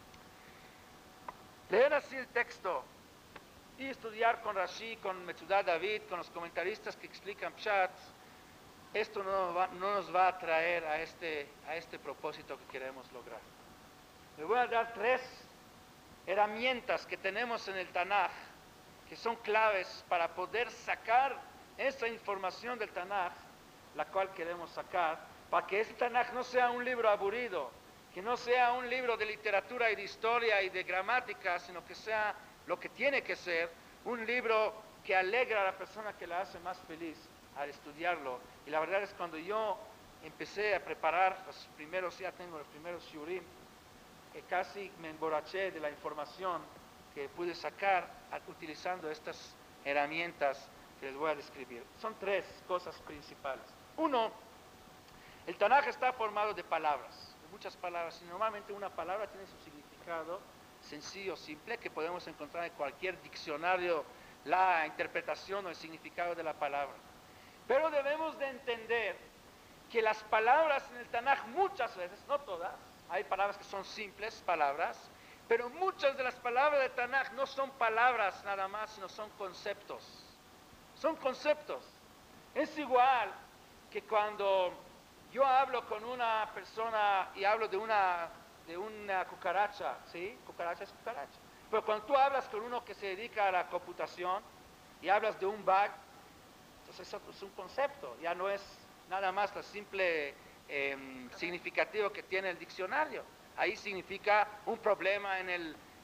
Leer así el texto y estudiar con Rashi, con Metzudat David, con los comentaristas que explican Pshat, esto no nos va a traer a este propósito que queremos lograr. Le voy a dar 3 herramientas que tenemos en el Tanaj, que son claves para poder sacar esa información del Tanaj, la cual queremos sacar, para que ese Tanaj no sea un libro aburrido, que no sea un libro de literatura y de historia y de gramática, sino que sea lo que tiene que ser, un libro que alegra a la persona, que la hace más feliz al estudiarlo. Y la verdad es que cuando yo empecé a preparar tengo los primeros shiurim, que casi me emborraché de la información que pude sacar utilizando estas herramientas que les voy a describir. Son 3 cosas principales. 1, el Tanaj está formado de palabras, de muchas palabras, y normalmente una palabra tiene su significado sencillo, simple, que podemos encontrar en cualquier diccionario, la interpretación o el significado de la palabra. Pero debemos de entender que las palabras en el Tanaj muchas veces, no todas, hay palabras que son simples palabras, pero muchas de las palabras del Tanaj no son palabras nada más, sino son conceptos. Son conceptos. Es igual que cuando yo hablo con una persona y hablo de una cucaracha, ¿sí? Cucaracha es cucaracha. Pero cuando tú hablas con uno que se dedica a la computación y hablas de un bug, entonces eso es un concepto, ya no es nada más la simple significativo que tiene el diccionario. Ahí significa un problema en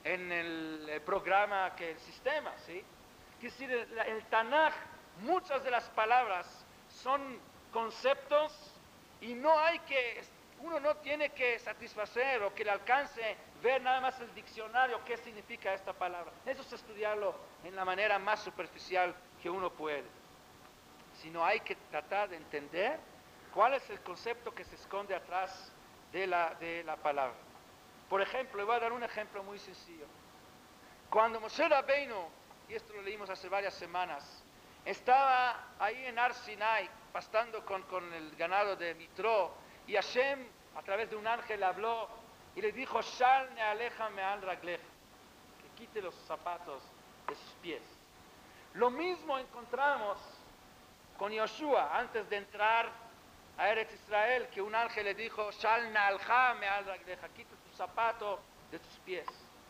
el programa, el sistema, ¿sí? Es decir, el Tanaj, muchas de las palabras son conceptos y uno no tiene que satisfacer o que le alcance ver nada más el diccionario qué significa esta palabra. Eso es estudiarlo en la manera más superficial que uno puede. Sino hay que tratar de entender cuál es el concepto que se esconde atrás de la palabra. Por ejemplo, le voy a dar un ejemplo muy sencillo. Cuando Moshe Rabbeinu, y esto lo leímos hace varias semanas, estaba ahí en Har Sinai, pastando con el ganado de Mitro, y Hashem, a través de un ángel, habló y le dijo, Shal ne'aleja me'al ragleja, que quite los zapatos de sus pies. Lo mismo encontramos con Yoshua, antes de entrar a Eretz Israel, que un ángel le dijo, Shal ne'alja me'al ragleja, quita tu zapato de tus pies.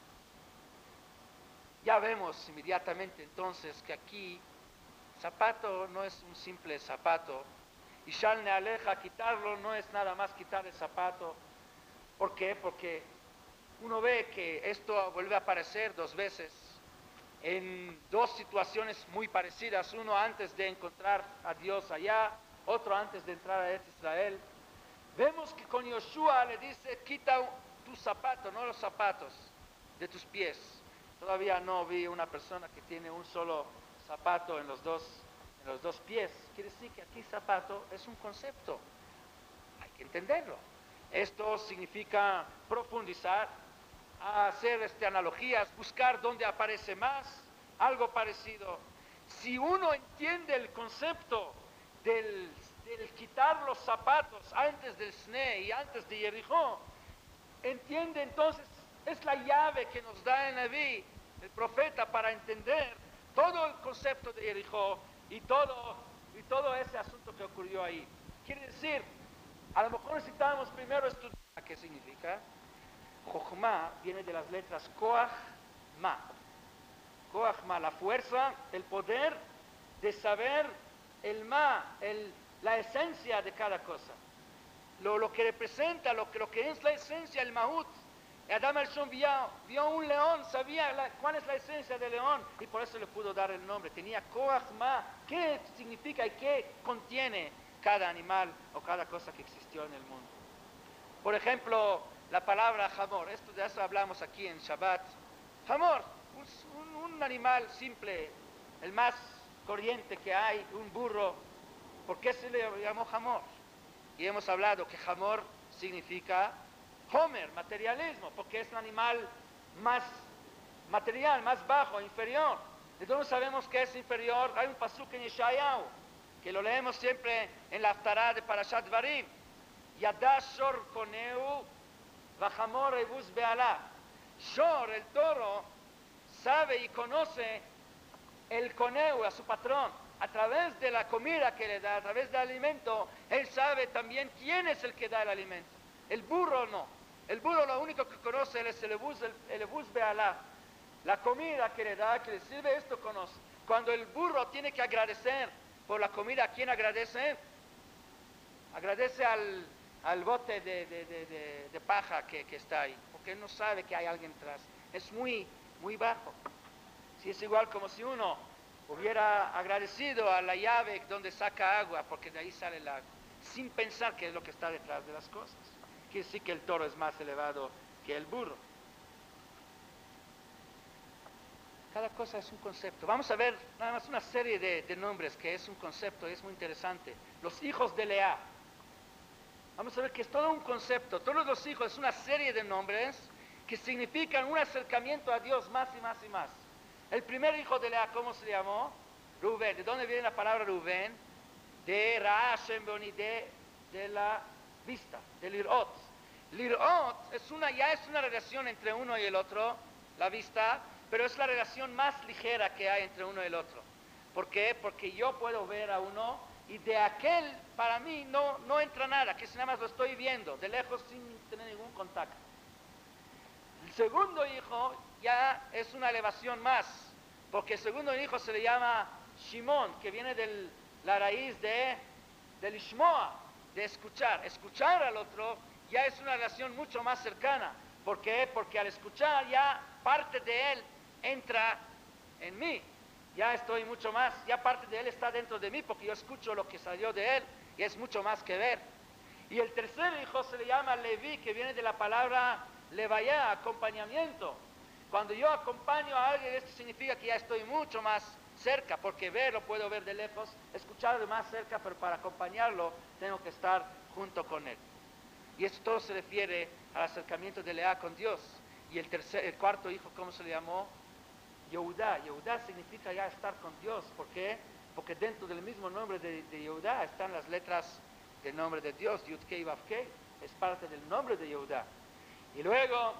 Ya vemos inmediatamente entonces que aquí zapato no es un simple zapato, y Shal ne'aleja, quitarlo no es nada más quitar el zapato. ¿Por qué? Porque uno ve que esto vuelve a aparecer 2 veces en 2 situaciones muy parecidas, uno antes de encontrar a Dios allá, otro antes de entrar a Israel. Vemos que con Yoshua le dice, quita tu zapato, no los zapatos de tus pies. Todavía no vi una persona que tiene un solo zapato en los dos pies. Quiere decir que aquí zapato es un concepto, hay que entenderlo. Esto significa profundizar, hacer analogías, buscar dónde aparece más, algo parecido. Si uno entiende el concepto del quitar los zapatos antes del Sne y antes de Jericó, entiende entonces, es la llave que nos da el Naví, el profeta, para entender todo el concepto de Jericó y todo ese asunto que ocurrió ahí. Quiere decir, a lo mejor necesitamos primero estudiar qué significa. Jochma viene de las letras Koach Ma. Koach Ma, la fuerza, el poder de saber el Ma, la esencia de cada cosa. Lo que representa, lo que es la esencia, el Mahut. Adam el-Shon vio un león, sabía cuál es la esencia del león y por eso le pudo dar el nombre. Tenía Koach Ma. ¿Qué significa y qué contiene cada animal o cada cosa que existió en el mundo? Por ejemplo, la palabra Hamor. De eso hablamos aquí en Shabbat. Hamor, un animal simple, el más corriente que hay, un burro. ¿Por qué se le llamó Hamor? Y hemos hablado que Hamor significa Homer, materialismo, porque es un animal más material, más bajo, inferior. ¿De dónde sabemos que es inferior? Hay un pasuk en Yeshayahu, que lo leemos siempre en la Haftarah de Parashat Dvarim. Yadash Shor Koneu Vachamor Ebus Bealá. Shor, el toro, sabe y conoce el coneu, a su patrón. A través de la comida que le da, a través del alimento, él sabe también quién es el que da el alimento. El burro no. El burro lo único que conoce es el ebus bealá. La comida que le da, que le sirve, esto conoce. Cuando el burro tiene que agradecer por la comida, ¿a quién agradece? Agradece al bote de paja que está ahí, porque él no sabe que hay alguien atrás. Es muy, muy bajo. Si es igual como si uno hubiera agradecido a la llave donde saca agua, porque de ahí sale el agua, sin pensar qué es lo que está detrás de las cosas. Quiere decir que el toro es más elevado que el burro. Cada cosa es un concepto. Vamos a ver nada más una serie de nombres que es un concepto, es muy interesante. Los hijos de Lea. Vamos a ver que es todo un concepto. Todos los hijos es una serie de nombres que significan un acercamiento a Dios más y más y más. El primer hijo de Lea, ¿cómo se llamó? Rubén. ¿De dónde viene la palabra Rubén? De Raashem Boni, de la vista, del Lirot. Lirot ya es una relación entre uno y el otro, la vista, pero es la relación más ligera que hay entre uno y el otro. ¿Por qué? Porque yo puedo ver a uno y de aquel para mí no entra nada, que si nada más lo estoy viendo, de lejos sin tener ningún contacto. El segundo hijo ya es una elevación más, porque el segundo hijo se le llama Shimon, que viene de la raíz del Ishmoa, de escuchar. Escuchar al otro ya es una relación mucho más cercana. ¿Por qué? Porque al escuchar ya parte de él entra en mí. Ya estoy mucho más, ya parte de él está dentro de mí, porque yo escucho lo que salió de él y es mucho más que ver. Y el tercer hijo se le llama Leví, que viene de la palabra Levaya, acompañamiento. Cuando yo acompaño a alguien, esto significa que ya estoy mucho más cerca, porque verlo puedo ver de lejos, escucharlo más cerca, pero para acompañarlo tengo que estar junto con él. Y esto todo se refiere al acercamiento de Lea con Dios. Y el cuarto hijo, ¿cómo se le llamó? Yehudá. Yehudá significa ya estar con Dios. ¿Por qué? Porque dentro del mismo nombre de Yehudá están las letras del nombre de Dios, Yud-Kei Vav-Kei, es parte del nombre de Yehudá. Y luego,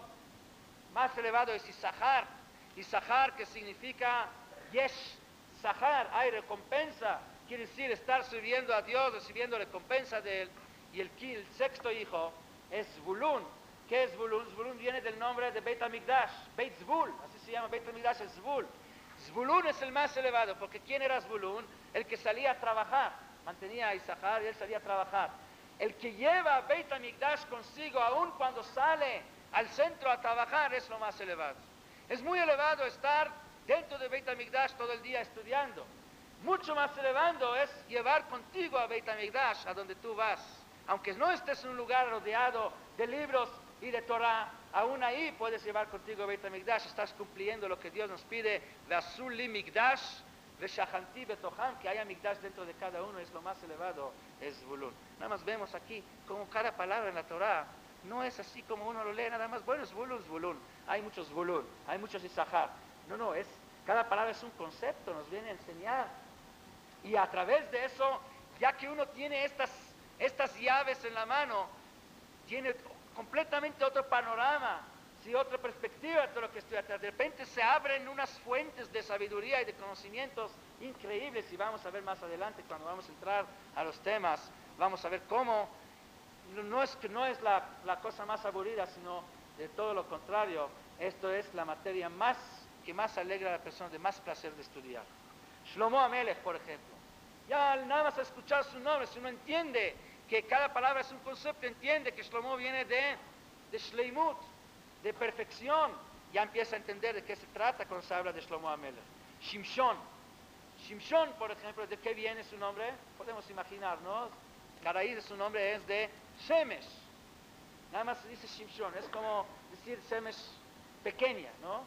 más elevado es Isahar. Isahar, que significa Yesh Sahar, hay recompensa. Quiere decir estar sirviendo a Dios, recibiendo recompensa de él. Y el sexto hijo es Zvulun. ¿Qué es Zvulun? Zvulun viene del nombre de Beit HaMikdash, Beit Zvul, así se llama Beit HaMikdash, es Zvul. Zvulun es el más elevado, porque ¿quién era Zvulun? El que salía a trabajar, mantenía a Isahar y él salía a trabajar. El que lleva a Beit HaMikdash consigo, aun cuando sale al centro a trabajar, es lo más elevado. Es muy elevado estar dentro de Beit HaMikdash todo el día estudiando. Mucho más elevado es llevar contigo a Beit HaMikdash, a donde tú vas. Aunque no estés en un lugar rodeado de libros y de Torah, aún ahí puedes llevar contigo a Beit HaMikdash, estás cumpliendo lo que Dios nos pide, Ve'asul li Mikdash, ve'shachanti betoham, que haya Mikdash dentro de cada uno, es lo más elevado, es Zvulun. Nada más vemos aquí como cada palabra en la Torah no es así como uno lo lee, nada más, bueno, Zvulun, Zvulun, hay muchos Zvulun, hay muchos Isahar. No, cada palabra es un concepto, nos viene a enseñar. Y a través de eso, ya que uno tiene estas llaves en la mano, tiene completamente otro panorama, ¿sí? Otra perspectiva de todo lo que estoy atrás. De repente se abren unas fuentes de sabiduría y de conocimientos increíbles, y vamos a ver más adelante cuando vamos a entrar a los temas, vamos a ver cómo no es la cosa más aburrida, sino de todo lo contrario. Esto es la materia que más alegra a la persona, de más placer de estudiar. Shlomo Amelech, por ejemplo. Ya nada más escuchar su nombre, si uno entiende que cada palabra es un concepto, entiende que Shlomo viene de Shleimut, de perfección, ya empieza a entender de qué se trata cuando se habla de Shlomo Amelech. Shimshon. Shimshon, por ejemplo, ¿de qué viene su nombre? Podemos imaginarnos. La raíz de su nombre es de Shemesh. Nada más se dice Shimshon, es como decir Shemesh pequeña, ¿no?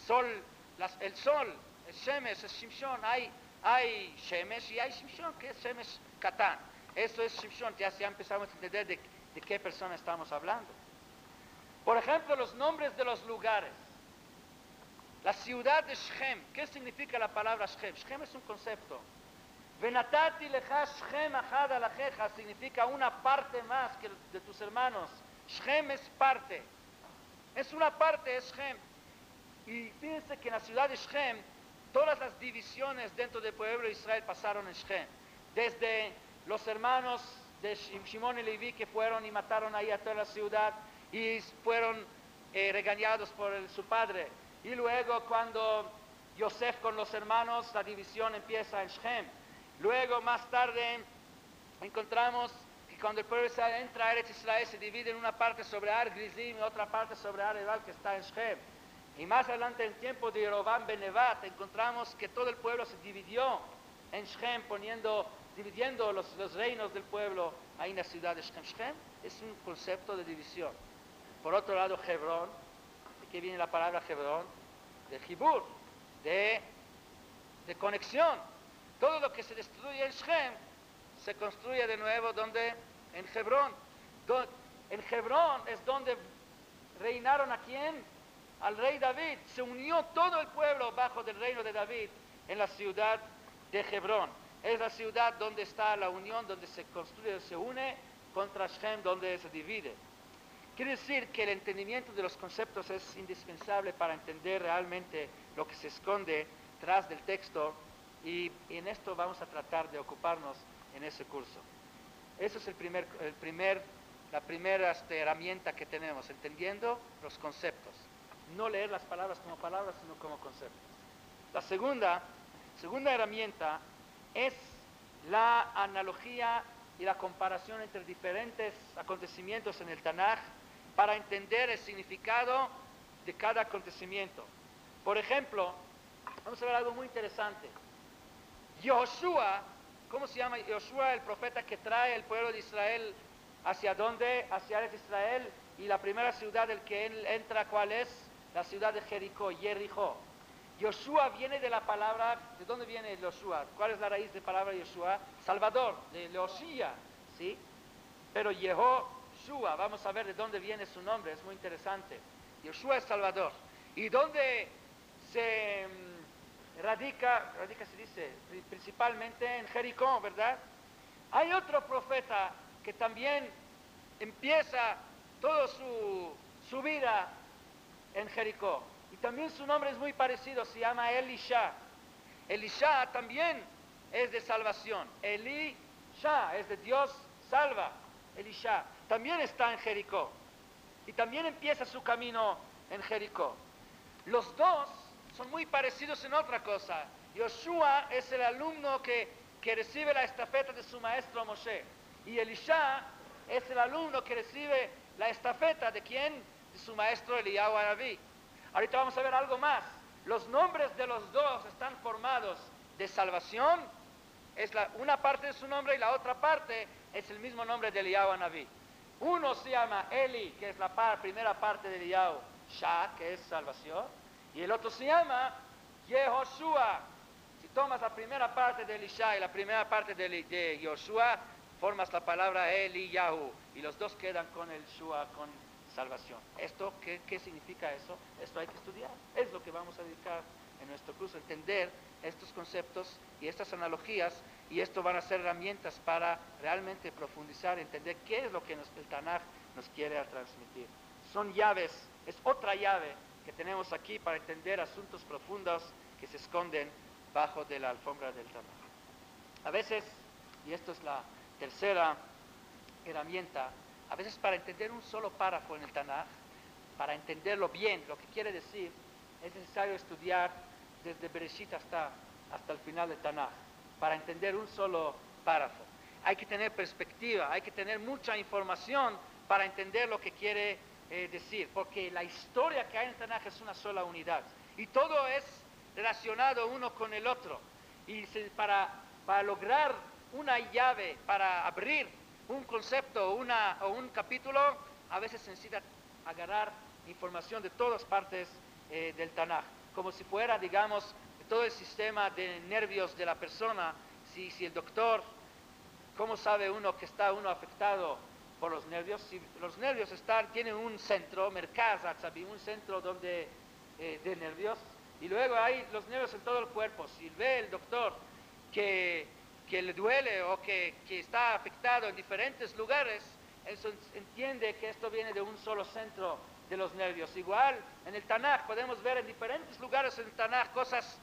El sol, el Shemesh, es Shimshon. Hay Shemesh y hay Shimshon, que es Shemesh Katán. Eso es Shimshon, ya empezamos a entender de qué persona estamos hablando. Por ejemplo, los nombres de los lugares. La ciudad de Shechem. ¿Qué significa la palabra Shechem? Shechem es un concepto. Venatati lecha Shechem achad alajeja significa una parte más que de tus hermanos. Shechem es parte. Es una parte, es Shechem. Y fíjense que en la ciudad de Shechem, todas las divisiones dentro del pueblo de Israel pasaron en Shechem. Desde los hermanos de Shimón y Leví que fueron y mataron ahí a toda la ciudad y fueron regañados por su padre. Y luego cuando Yosef con los hermanos, la división empieza en Shechem. Luego más tarde encontramos que cuando el pueblo de Israel entra a Eretz Israel se divide en una parte sobre Ar Grizim y otra parte sobre Ar Ebal que está en Shechem. Y más adelante en tiempo de Yerobam ben Nevat encontramos que todo el pueblo se dividió en Shechem, dividiendo los reinos del pueblo ahí en la ciudad de Shechem. Shechem es un concepto de división. Por otro lado, Hebrón, ¿de qué viene la palabra Hebrón? De Hibur, de conexión. Todo lo que se destruye en Shechem se construye de nuevo donde en Hebrón. En Hebrón es donde reinaron a quién, al rey David. Se unió todo el pueblo bajo del reino de David en la ciudad de Hebrón. Es la ciudad donde está la unión, donde se construye, se une contra Shechem, donde se divide. Quiere decir que el entendimiento de los conceptos es indispensable para entender realmente lo que se esconde tras del texto, y en esto vamos a tratar de ocuparnos en ese curso. Esa es la primera herramienta que tenemos, entendiendo los conceptos. No leer las palabras como palabras, sino como conceptos. La segunda herramienta es la analogía y la comparación entre diferentes acontecimientos en el Tanaj para entender el significado de cada acontecimiento. Por ejemplo, vamos a ver algo muy interesante. Yoshua, ¿cómo se llama Yoshua, el profeta que trae el pueblo de Israel hacia dónde? Hacia Eretz Israel, y la primera ciudad del que él entra, ¿cuál es? La ciudad de Jericó, Jericó. Yoshua viene de la palabra, ¿de dónde viene Yoshua? ¿Cuál es la raíz de la palabra Yoshua? Salvador, de Leoshia, ¿sí? Pero Yehoshua, vamos a ver de dónde viene su nombre, es muy interesante. Yoshua es Salvador. ¿Y dónde se radica se dice, principalmente en Jericó, ¿verdad? Hay otro profeta que también empieza toda su vida en Jericó. Y también su nombre es muy parecido, se llama Elisha. Elisha también es de salvación. Elisha es de Dios salva. Elisha también está en Jericó. Y también empieza su camino en Jericó. Los dos son muy parecidos en otra cosa. Yoshua es el alumno que recibe la estafeta de su maestro Moshe. Y Elisha es el alumno que recibe la estafeta de ¿quién? De su maestro Eliyahu Hanaví. Ahorita vamos a ver algo más. Los nombres de los dos están formados de salvación. Es una parte de su nombre y la otra parte es el mismo nombre de Eliyahu Hanaví. Uno se llama Eli, que es la primera parte de Eliyahu, Shah, que es salvación. Y el otro se llama Yehoshua. Si tomas la primera parte de Elisha y la primera parte de Yoshua, formas la palabra Eliyahu. Y los dos quedan con el Shua, con salvación. ¿Qué significa eso? Esto hay que estudiar. Es lo que vamos a dedicar en nuestro curso, entender estos conceptos y estas analogías y esto van a ser herramientas para realmente profundizar, entender qué es lo que el Tanaj nos quiere transmitir. Son llaves, es otra llave que tenemos aquí para entender asuntos profundos que se esconden bajo de la alfombra del Tanaj. A veces, y esto es la tercera herramienta, a veces para entender un solo párrafo en el Tanaj, para entenderlo bien, lo que quiere decir, es necesario estudiar desde Bereshit hasta el final del Tanaj, para entender un solo párrafo. Hay que tener perspectiva, hay que tener mucha información para entender lo que quiere decir, porque la historia que hay en el Tanaj es una sola unidad, y todo es relacionado uno con el otro, y para lograr una llave, para abrir un concepto o un capítulo, a veces se necesita agarrar información de todas partes del Tanaj, como si fuera, digamos, todo el sistema de nervios de la persona. Si el doctor, ¿cómo sabe uno que está uno afectado por los nervios? Si los nervios tienen un centro, merkaz atzabi, un centro de nervios, y luego hay los nervios en todo el cuerpo. Si ve el doctor que le duele o que está afectado en diferentes lugares, él entiende que esto viene de un solo centro de los nervios. Igual en el Tanaj podemos ver en diferentes lugares en el Tanaj cosas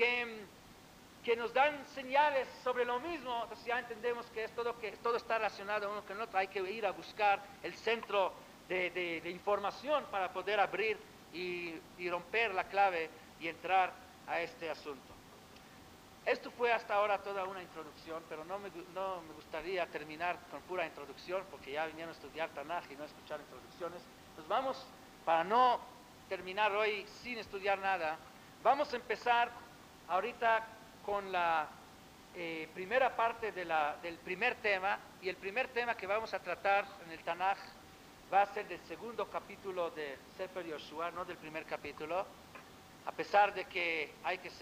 que nos dan señales sobre lo mismo. Entonces ya entendemos que todo está relacionado uno con el otro. Hay que ir a buscar el centro de información para poder abrir y romper la clave y entrar a este asunto. Esto fue hasta ahora toda una introducción, pero no me gustaría terminar con pura introducción, porque ya vinieron a estudiar Tanaj y no escuchar introducciones. Nos vamos, para no terminar hoy sin estudiar nada, vamos a empezar ahorita con la primera parte del primer tema, y el primer tema que vamos a tratar en el Tanaj va a ser del segundo capítulo de Sefer Yoshua, no del primer capítulo, a pesar de que hay que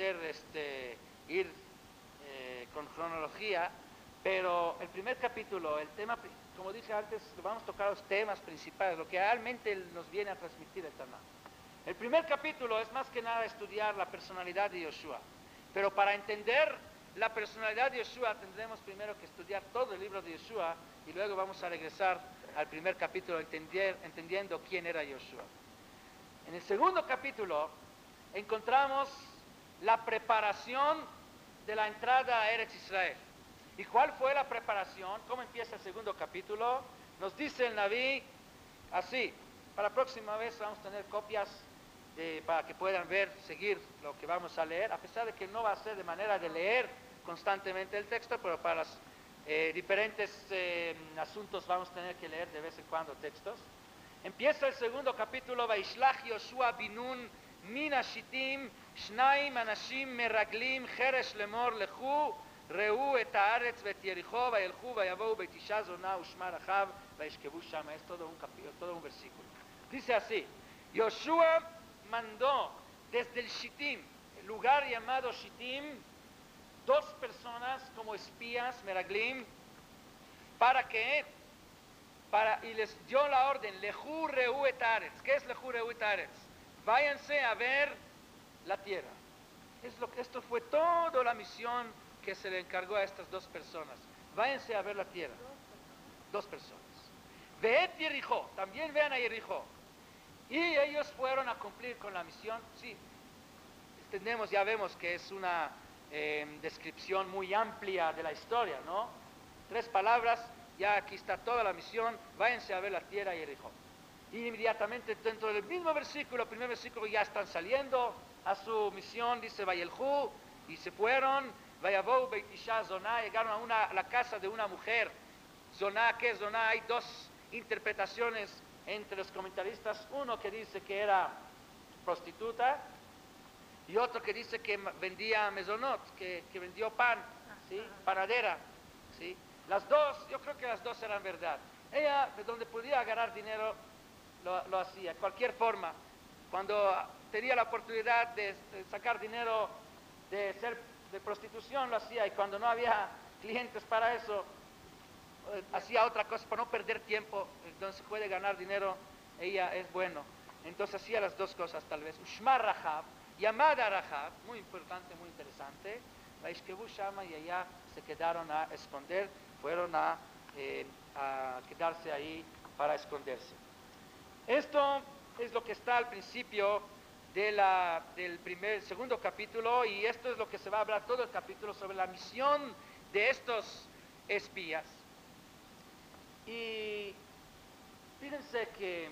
ir con cronología, pero el primer capítulo, el tema, como dije antes, vamos a tocar los temas principales, lo que realmente nos viene a transmitir el Tanaj. El primer capítulo es más que nada estudiar la personalidad de Yoshua, pero para entender la personalidad de Yoshua tendremos primero que estudiar todo el libro de Yoshua, y luego vamos a regresar al primer capítulo entendiendo quién era Yoshua. En el segundo capítulo encontramos la preparación de la entrada a Eretz Israel. ¿Y cuál fue la preparación? ¿Cómo empieza el segundo capítulo? Nos dice el Naví así. Para la próxima vez vamos a tener copias para que puedan ver, seguir lo que vamos a leer, a pesar de que no va a ser de manera de leer constantemente el texto, pero para los diferentes asuntos vamos a tener que leer de vez en cuando textos. Empieza el segundo capítulo, Vaishlach Yoshua binun min hashitim shnaim anashim meraglim cheresh lemor lechu ראו את הארץ ואת יריחו וילכו ויבואו בית אישה זונה ושמה רחב וישכבו שם. Es todo un versículo. Dice así: Yoshua mandó desde el Shittim, el lugar llamado Shittim, 2 personas como espías, meraglim, y les dio la orden, Lehu Reu et Aretz. ¿Qué es Lehu Reu et Aretz? Váyanse a ver la tierra. Esto fue toda la misión que se le encargó a estas 2 personas. Váyanse a ver la tierra. 2 personas. Veet Yerijo, también vean a Yerijo. Y ellos fueron a cumplir con la misión. Sí, entendemos, ya vemos que es una descripción muy amplia de la historia, ¿no? 3 palabras, ya aquí está toda la misión. Váyanse a ver la tierra y Yerijo. Y inmediatamente dentro del mismo versículo, el primer versículo, ya están saliendo a su misión, dice Vayelhu, y se fueron. Vayabou Beit Isha Zoná, llegaron a la casa de una mujer. Zoná, ¿qué es Zoná? Hay 2 interpretaciones entre los comentaristas, uno que dice que era prostituta y otro que dice que vendía mezonot, que vendió pan, ¿sí? Panadera, ¿sí? Las 2, yo creo que las 2 eran verdad. Ella, de donde podía ganar dinero, lo hacía, de cualquier forma. Cuando tenía la oportunidad de sacar dinero de prostitución, lo hacía, y cuando no había clientes para eso, hacía otra cosa para no perder tiempo. Entonces puede ganar dinero, ella es bueno. Entonces hacía las 2 cosas tal vez. Ushma Rahab, llamada Rahab, muy importante, muy interesante. Vaishkevu Shama, y allá se quedaron a esconder, fueron a quedarse ahí para esconderse. Esto es lo que está al principio del segundo capítulo, y esto es lo que se va a hablar todo el capítulo sobre la misión de estos espías. Y fíjense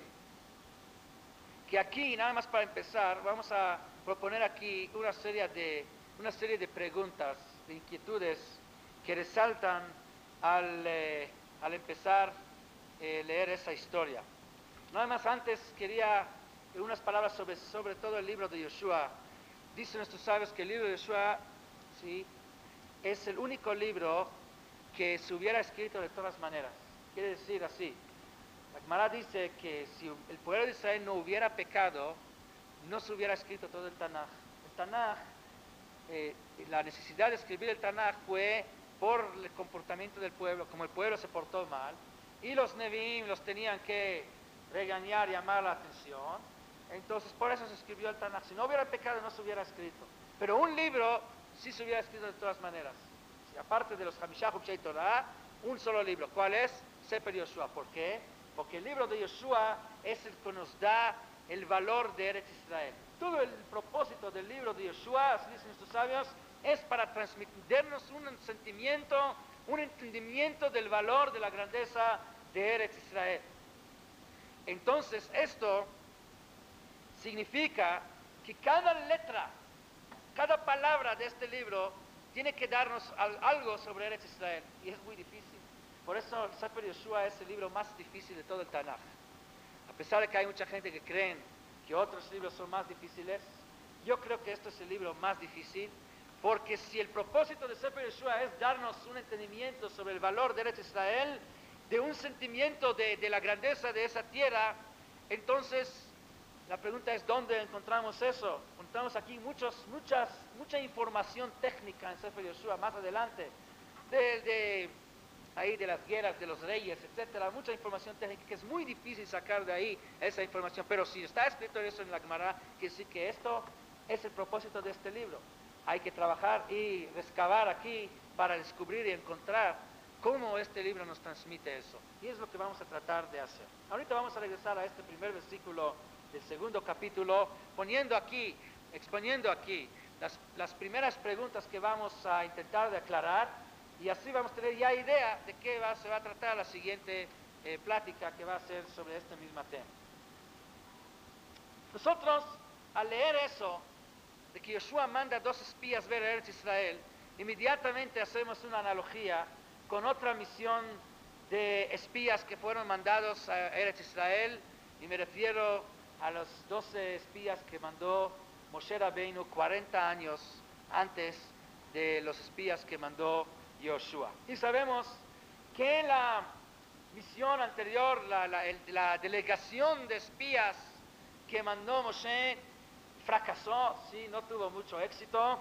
que aquí, nada más para empezar, vamos a proponer aquí una serie de preguntas, de inquietudes que resaltan al empezar a leer esa historia. Nada más antes quería unas palabras sobre todo el libro de Yoshua. Dicen nuestros sabios que el libro de Yoshua, ¿sí?, es el único libro que se hubiera escrito de todas maneras. Quiere decir así, la Gemara dice que si el pueblo de Israel no hubiera pecado, no se hubiera escrito todo el Tanaj. El Tanaj, la necesidad de escribir el Tanaj fue por el comportamiento del pueblo, como el pueblo se portó mal, y los Nevi'im los tenían que regañar, llamar la atención. Entonces por eso se escribió el Tanaj. Si no hubiera pecado, no se hubiera escrito. Pero un libro sí se hubiera escrito de todas maneras. Si aparte de los Hamishah Hukshei Torah, un solo libro. ¿Cuál es? Sefer Yoshua. ¿Por qué? Porque el libro de Yoshua es el que nos da el valor de Eretz Israel. Todo el propósito del libro de Yoshua, así dicen nuestros sabios, es para transmitirnos un sentimiento, un entendimiento del valor de la grandeza de Eretz Israel. Entonces esto significa que cada letra, cada palabra de este libro tiene que darnos algo sobre Eretz Israel, y es muy difícil. Por eso el Sefer Yoshua es el libro más difícil de todo el Tanaj. A pesar de que hay mucha gente que creen que otros libros son más difíciles, yo creo que este es el libro más difícil, porque si el propósito de Sefer Yoshua es darnos un entendimiento sobre el valor de Eretz Israel, de un sentimiento de la grandeza de esa tierra, entonces la pregunta es, ¿dónde encontramos eso? Encontramos aquí mucha información técnica en Sefer Yoshua más adelante, ahí de las guerras de los reyes, etcétera, mucha información técnica que es muy difícil sacar de ahí esa información, pero si está escrito eso en la Gemara, quiere decir que esto es el propósito de este libro. Hay que trabajar y rescavar aquí para descubrir y encontrar cómo este libro nos transmite eso, y es lo que vamos a tratar de hacer. Ahorita vamos a regresar a este primer versículo del segundo capítulo, exponiendo aquí las primeras preguntas que vamos a intentar de aclarar, y así vamos a tener ya idea de qué se va a tratar la siguiente plática que va a ser sobre este mismo tema. Nosotros, al leer eso, de que Yoshua manda a 2 espías ver a Eretz Israel, inmediatamente hacemos una analogía con otra misión de espías que fueron mandados a Eretz Israel, y me refiero a los 12 espías que mandó Moshe Rabbeinu 40 años antes de los espías que mandó Yoshua. Y sabemos que la misión anterior, la delegación de espías que mandó Moshe fracasó, ¿sí? No tuvo mucho éxito.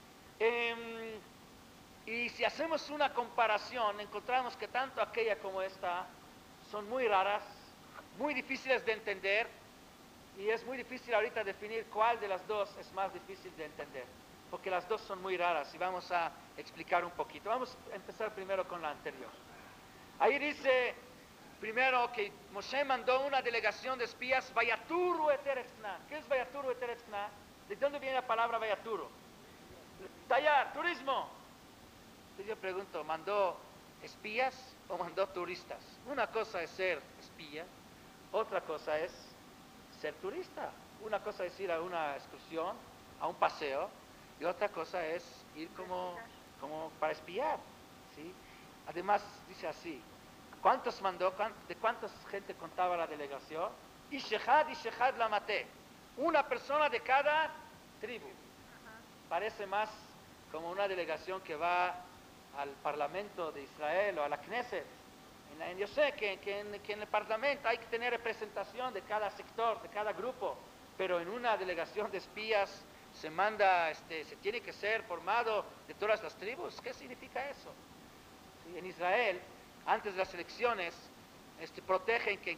Y si hacemos una comparación, encontramos que tanto aquella como esta son muy raras, muy difíciles de entender, y es muy difícil ahorita definir cuál de las dos es más difícil de entender, porque las dos son muy raras, y vamos a explicar un poquito. Vamos a empezar primero con la anterior. Ahí dice primero que Moshe mandó una delegación de espías, Vayaturu et Eretz Knan. ¿Qué es Vayaturu et Eretz Knan? ¿De dónde viene la palabra Vayaturu? Tallar, turismo. Entonces yo pregunto, ¿mandó espías o mandó turistas? Una cosa es ser espía, otra cosa es ser turista. Una cosa es ir a una excursión, a un paseo, y otra cosa es ir como para espiar, ¿sí? Además dice así, ¿cuántos mandó? ¿De cuánta gente contaba la delegación? Y Shehad la maté. Una persona de cada tribu. Parece más como una delegación que va al Parlamento de Israel o a la Knesset. Yo sé que en el Parlamento hay que tener representación de cada sector, de cada grupo, pero en una delegación de espías se tiene que ser formado de todas las tribus. ¿Qué significa eso? ¿Sí? En Israel, antes de las elecciones, protegen que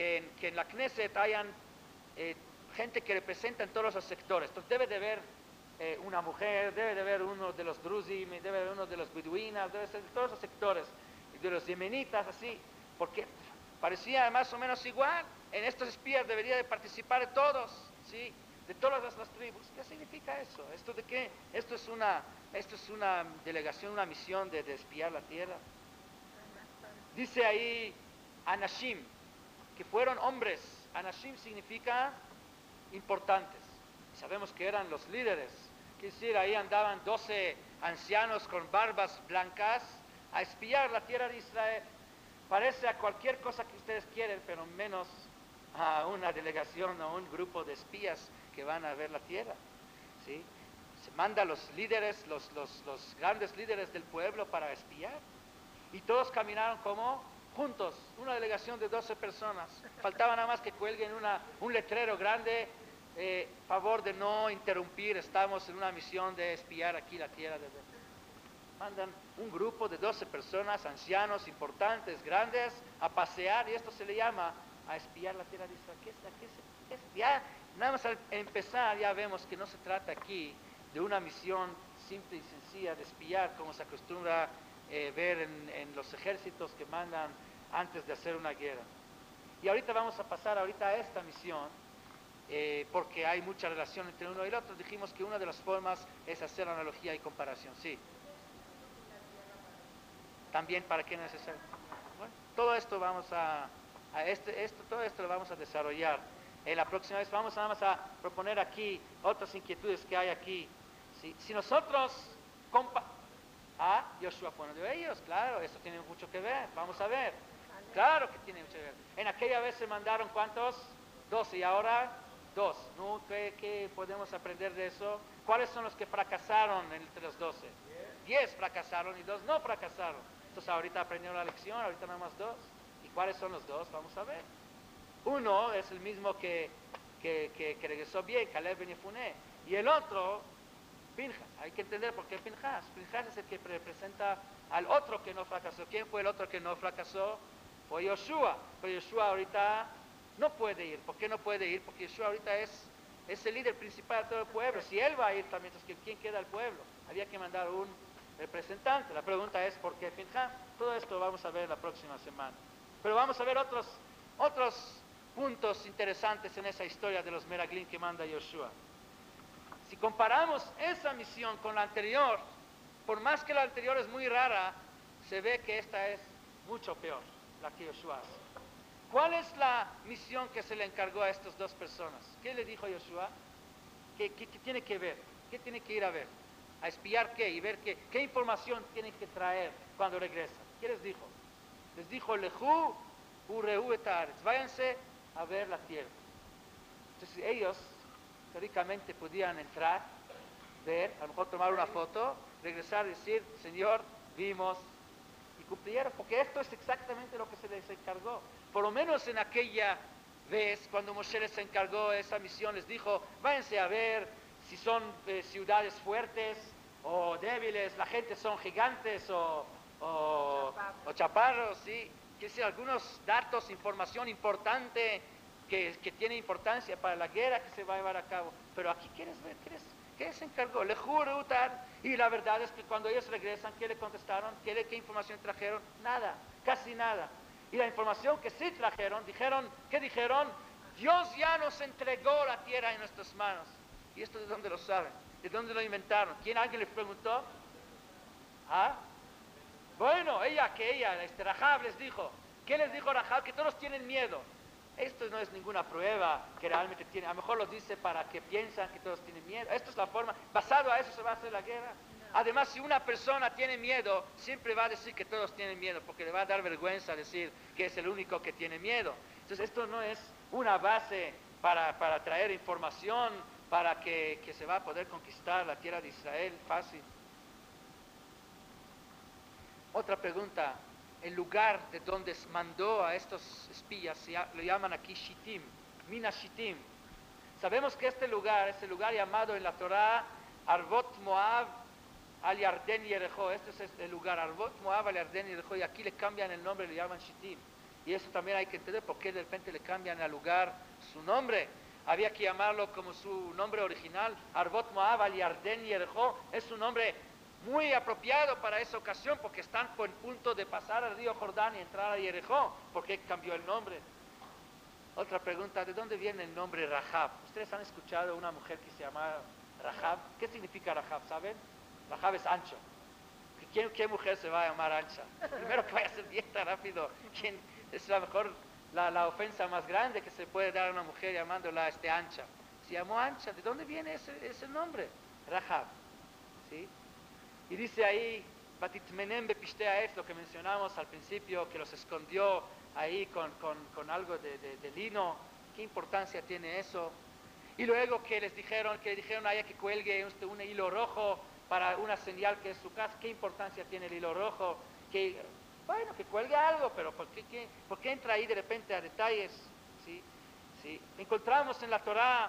en la Knesset hayan gente que representa en todos los sectores. Entonces debe de haber una mujer, debe de haber uno de los druzim, debe de haber uno de los beduinas, debe ser de todos los sectores, de los yemenitas, así, porque parecía más o menos igual. En estos espías debería de participar todos, ¿sí? De todas las tribus. ¿Qué significa eso? ¿Esto de qué? Esto es una delegación, una misión de espiar la tierra. Dice ahí Anashim, que fueron hombres. Anashim significa importantes. Sabemos que eran los líderes. Quiere decir, ahí andaban 12 ancianos con barbas blancas a espiar la tierra de Israel. Parece a cualquier cosa que ustedes quieren, pero menos a una delegación, a un grupo de espías que van a ver la tierra, ¿sí? Se manda a los líderes, los grandes líderes del pueblo para espiar. Y todos caminaron como juntos, una delegación de 12 personas. Faltaba nada más que cuelguen un letrero grande, favor de no interrumpir, estamos en una misión de espiar aquí la tierra de Dios. Mandan un grupo de 12 personas, ancianos, importantes, grandes, a pasear, y esto se le llama a espiar la tierra de Israel. ¿Qué es? Ya, nada más al empezar ya vemos que no se trata aquí de una misión simple y sencilla de espiar, como se acostumbra ver en los ejércitos que mandan antes de hacer una guerra. Y ahorita vamos a pasar a esta misión, porque hay mucha relación entre uno y el otro. Dijimos que una de las formas es hacer analogía y comparación, sí. También para qué es necesario. Bueno, todo esto vamos todo esto lo vamos a desarrollar. En la próxima vez vamos nada más a proponer aquí otras inquietudes que hay aquí. Si nosotros Joshua fue uno de ellos, claro, esto tiene mucho que ver, vamos a ver. Claro que tiene mucho que ver. En aquella vez se mandaron ¿cuántos? 12 y ahora 2. ¿No? ¿Qué podemos aprender de eso? ¿Cuáles son los que fracasaron entre los 12? 10 fracasaron y 2 no fracasaron. Entonces ahorita aprendieron la lección, ahorita nada más 2. ¿Y cuáles son los 2? Vamos a ver. Uno es el mismo que regresó bien, Caleb ben Yefuné. Y el otro, Pinjas. Hay que entender por qué Pinjas. Pinjas es el que representa al otro que no fracasó. ¿Quién fue el otro que no fracasó? Fue Joshua. Pero Joshua ahorita no puede ir. ¿Por qué no puede ir? Porque Joshua ahorita es el líder principal de todo el pueblo. Si él va a ir también, entonces ¿quién queda al pueblo? Había que mandar un representante. La pregunta es ¿por qué Pinjas? Todo esto lo vamos a ver la próxima semana. Pero vamos a ver otros puntos interesantes en esa historia de los Meraglim que manda Joshua. Si comparamos esa misión con la anterior, por más que la anterior es muy rara, se ve que esta es mucho peor, la que Joshua hace. ¿Cuál es la misión que se le encargó a estas dos personas? ¿Qué le dijo Joshua? ¿Qué tiene que ver? ¿Qué tiene que ir a ver? ¿A espiar qué? Y ver qué información tienen que traer cuando regresan. ¿Qué les dijo? Les dijo, Lehu ureu et haaretz, váyanse a ver la tierra. Entonces ellos teóricamente podían entrar, ver, a lo mejor tomar una foto, regresar y decir, Señor, vimos, y cumplieron, porque esto es exactamente lo que se les encargó. Por lo menos en aquella vez, cuando Moshe les encargó esa misión, les dijo, váyanse a ver si son ciudades fuertes o débiles, la gente son gigantes o chaparros, ¿sí? Que sea algunos datos, información importante que tiene importancia para la guerra que se va a llevar a cabo. Pero aquí quieres ver, ¿qué se encargó? Le juro, y la verdad es que cuando ellos regresan, ¿qué le contestaron? ¿Qué información trajeron? Nada, casi nada. Y la información que sí trajeron, ¿qué dijeron? Dios ya nos entregó la tierra en nuestras manos. ¿Y esto de dónde lo saben? ¿De dónde lo inventaron? ¿Alguien les preguntó? Bueno, Rahab les dijo. ¿Qué les dijo Rahab? Que todos tienen miedo. Esto no es ninguna prueba que realmente tiene. A lo mejor lo dice para que piensan que todos tienen miedo. Esto es la forma. Basado a eso se va a hacer la guerra. Además, si una persona tiene miedo, siempre va a decir que todos tienen miedo, porque le va a dar vergüenza decir que es el único que tiene miedo. Entonces, esto no es una base para traer información, para que se va a poder conquistar la tierra de Israel fácil. Otra pregunta, el lugar de donde mandó a estos espías, lo llaman aquí Shittim, Mina Shittim. Sabemos que este lugar es el lugar llamado en la Torah Arvot Moab al Yarden Yerejo. Este es el lugar, Arvot Moab al Yarden Yerejo, y aquí le cambian el nombre, le llaman Shittim. Y eso también hay que entender por qué de repente le cambian al lugar su nombre. había que llamarlo como su nombre original, Arbot Moab al Yarden Yerejó. Es un nombre muy apropiado para esa ocasión porque están por el punto de pasar al río Jordán y entrar a Jericó. ¿Por qué cambió el nombre? Otra pregunta, ¿de dónde viene el nombre Rahab? ¿Ustedes han escuchado una mujer que se llama Rahab? ¿Qué significa Rahab? ¿Saben? Rahab es ancho. ¿Qué mujer se va a llamar ancha? Primero que vaya a ser bien rápido. ¿Quién es la mejor, la ofensa más grande que se puede dar a una mujer llamándola ancha? Se llamó ancha. ¿De dónde viene ese nombre? Rahab. ¿Sí? Y dice ahí, Batitmenem Bepishtea, lo que mencionamos al principio, que los escondió ahí con algo de lino. ¿Qué importancia tiene eso? Y luego que le dijeron a ella que cuelgue un hilo rojo para una señal que es su casa. ¿Qué importancia tiene el hilo rojo? Que cuelgue algo, pero ¿por qué entra ahí de repente a detalles? ¿Sí? ¿Sí? Encontramos en la Torá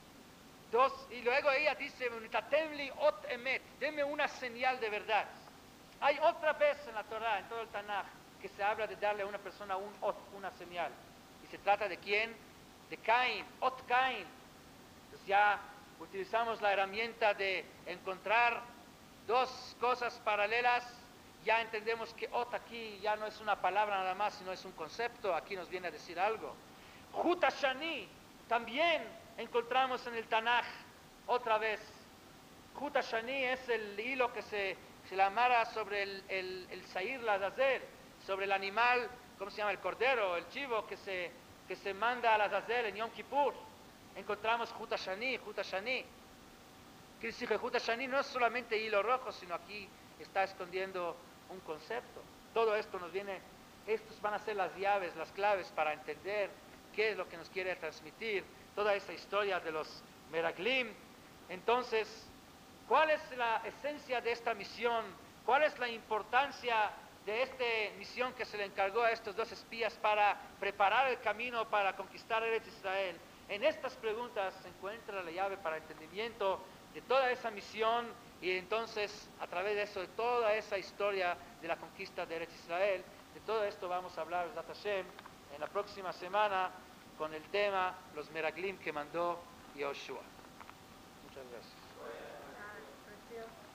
y luego ella dice, ot emet, deme una señal de verdad. Hay otra vez en la Torá, en todo el Tanaj, que se habla de darle a una persona una señal. ¿Y se trata de quién? De Caín, ot Caín. Entonces ya utilizamos la herramienta de encontrar dos cosas paralelas. Ya entendemos que ot aquí ya no es una palabra nada más, sino es un concepto. Aquí nos viene a decir algo. Hut Hashani, también encontramos en el Tanaj otra vez. Hut Hashani es el hilo que se le amarra sobre el Sair Lazazel, sobre el animal, ¿cómo se llama? El cordero, el chivo que se manda a Lazazel en Yom Kippur. Encontramos Hut Hashani. Quiere decir que Hut Hashani no es solamente hilo rojo, sino aquí está escondiendo un concepto. Todo esto estos van a ser las llaves, las claves para entender qué es lo que nos quiere transmitir toda esa historia de los Meraglim. Entonces, ¿cuál es la esencia de esta misión? ¿Cuál es la importancia de esta misión que se le encargó a estos dos espías para preparar el camino para conquistar Eretz Israel? En estas preguntas se encuentra la llave para entendimiento de toda esa misión y entonces a través de eso, de toda esa historia de la conquista de Eretz Israel, de todo esto vamos a hablar, Zat Hashem, en la próxima semana con el tema los Meraglim que mandó Yoshua. Muchas gracias.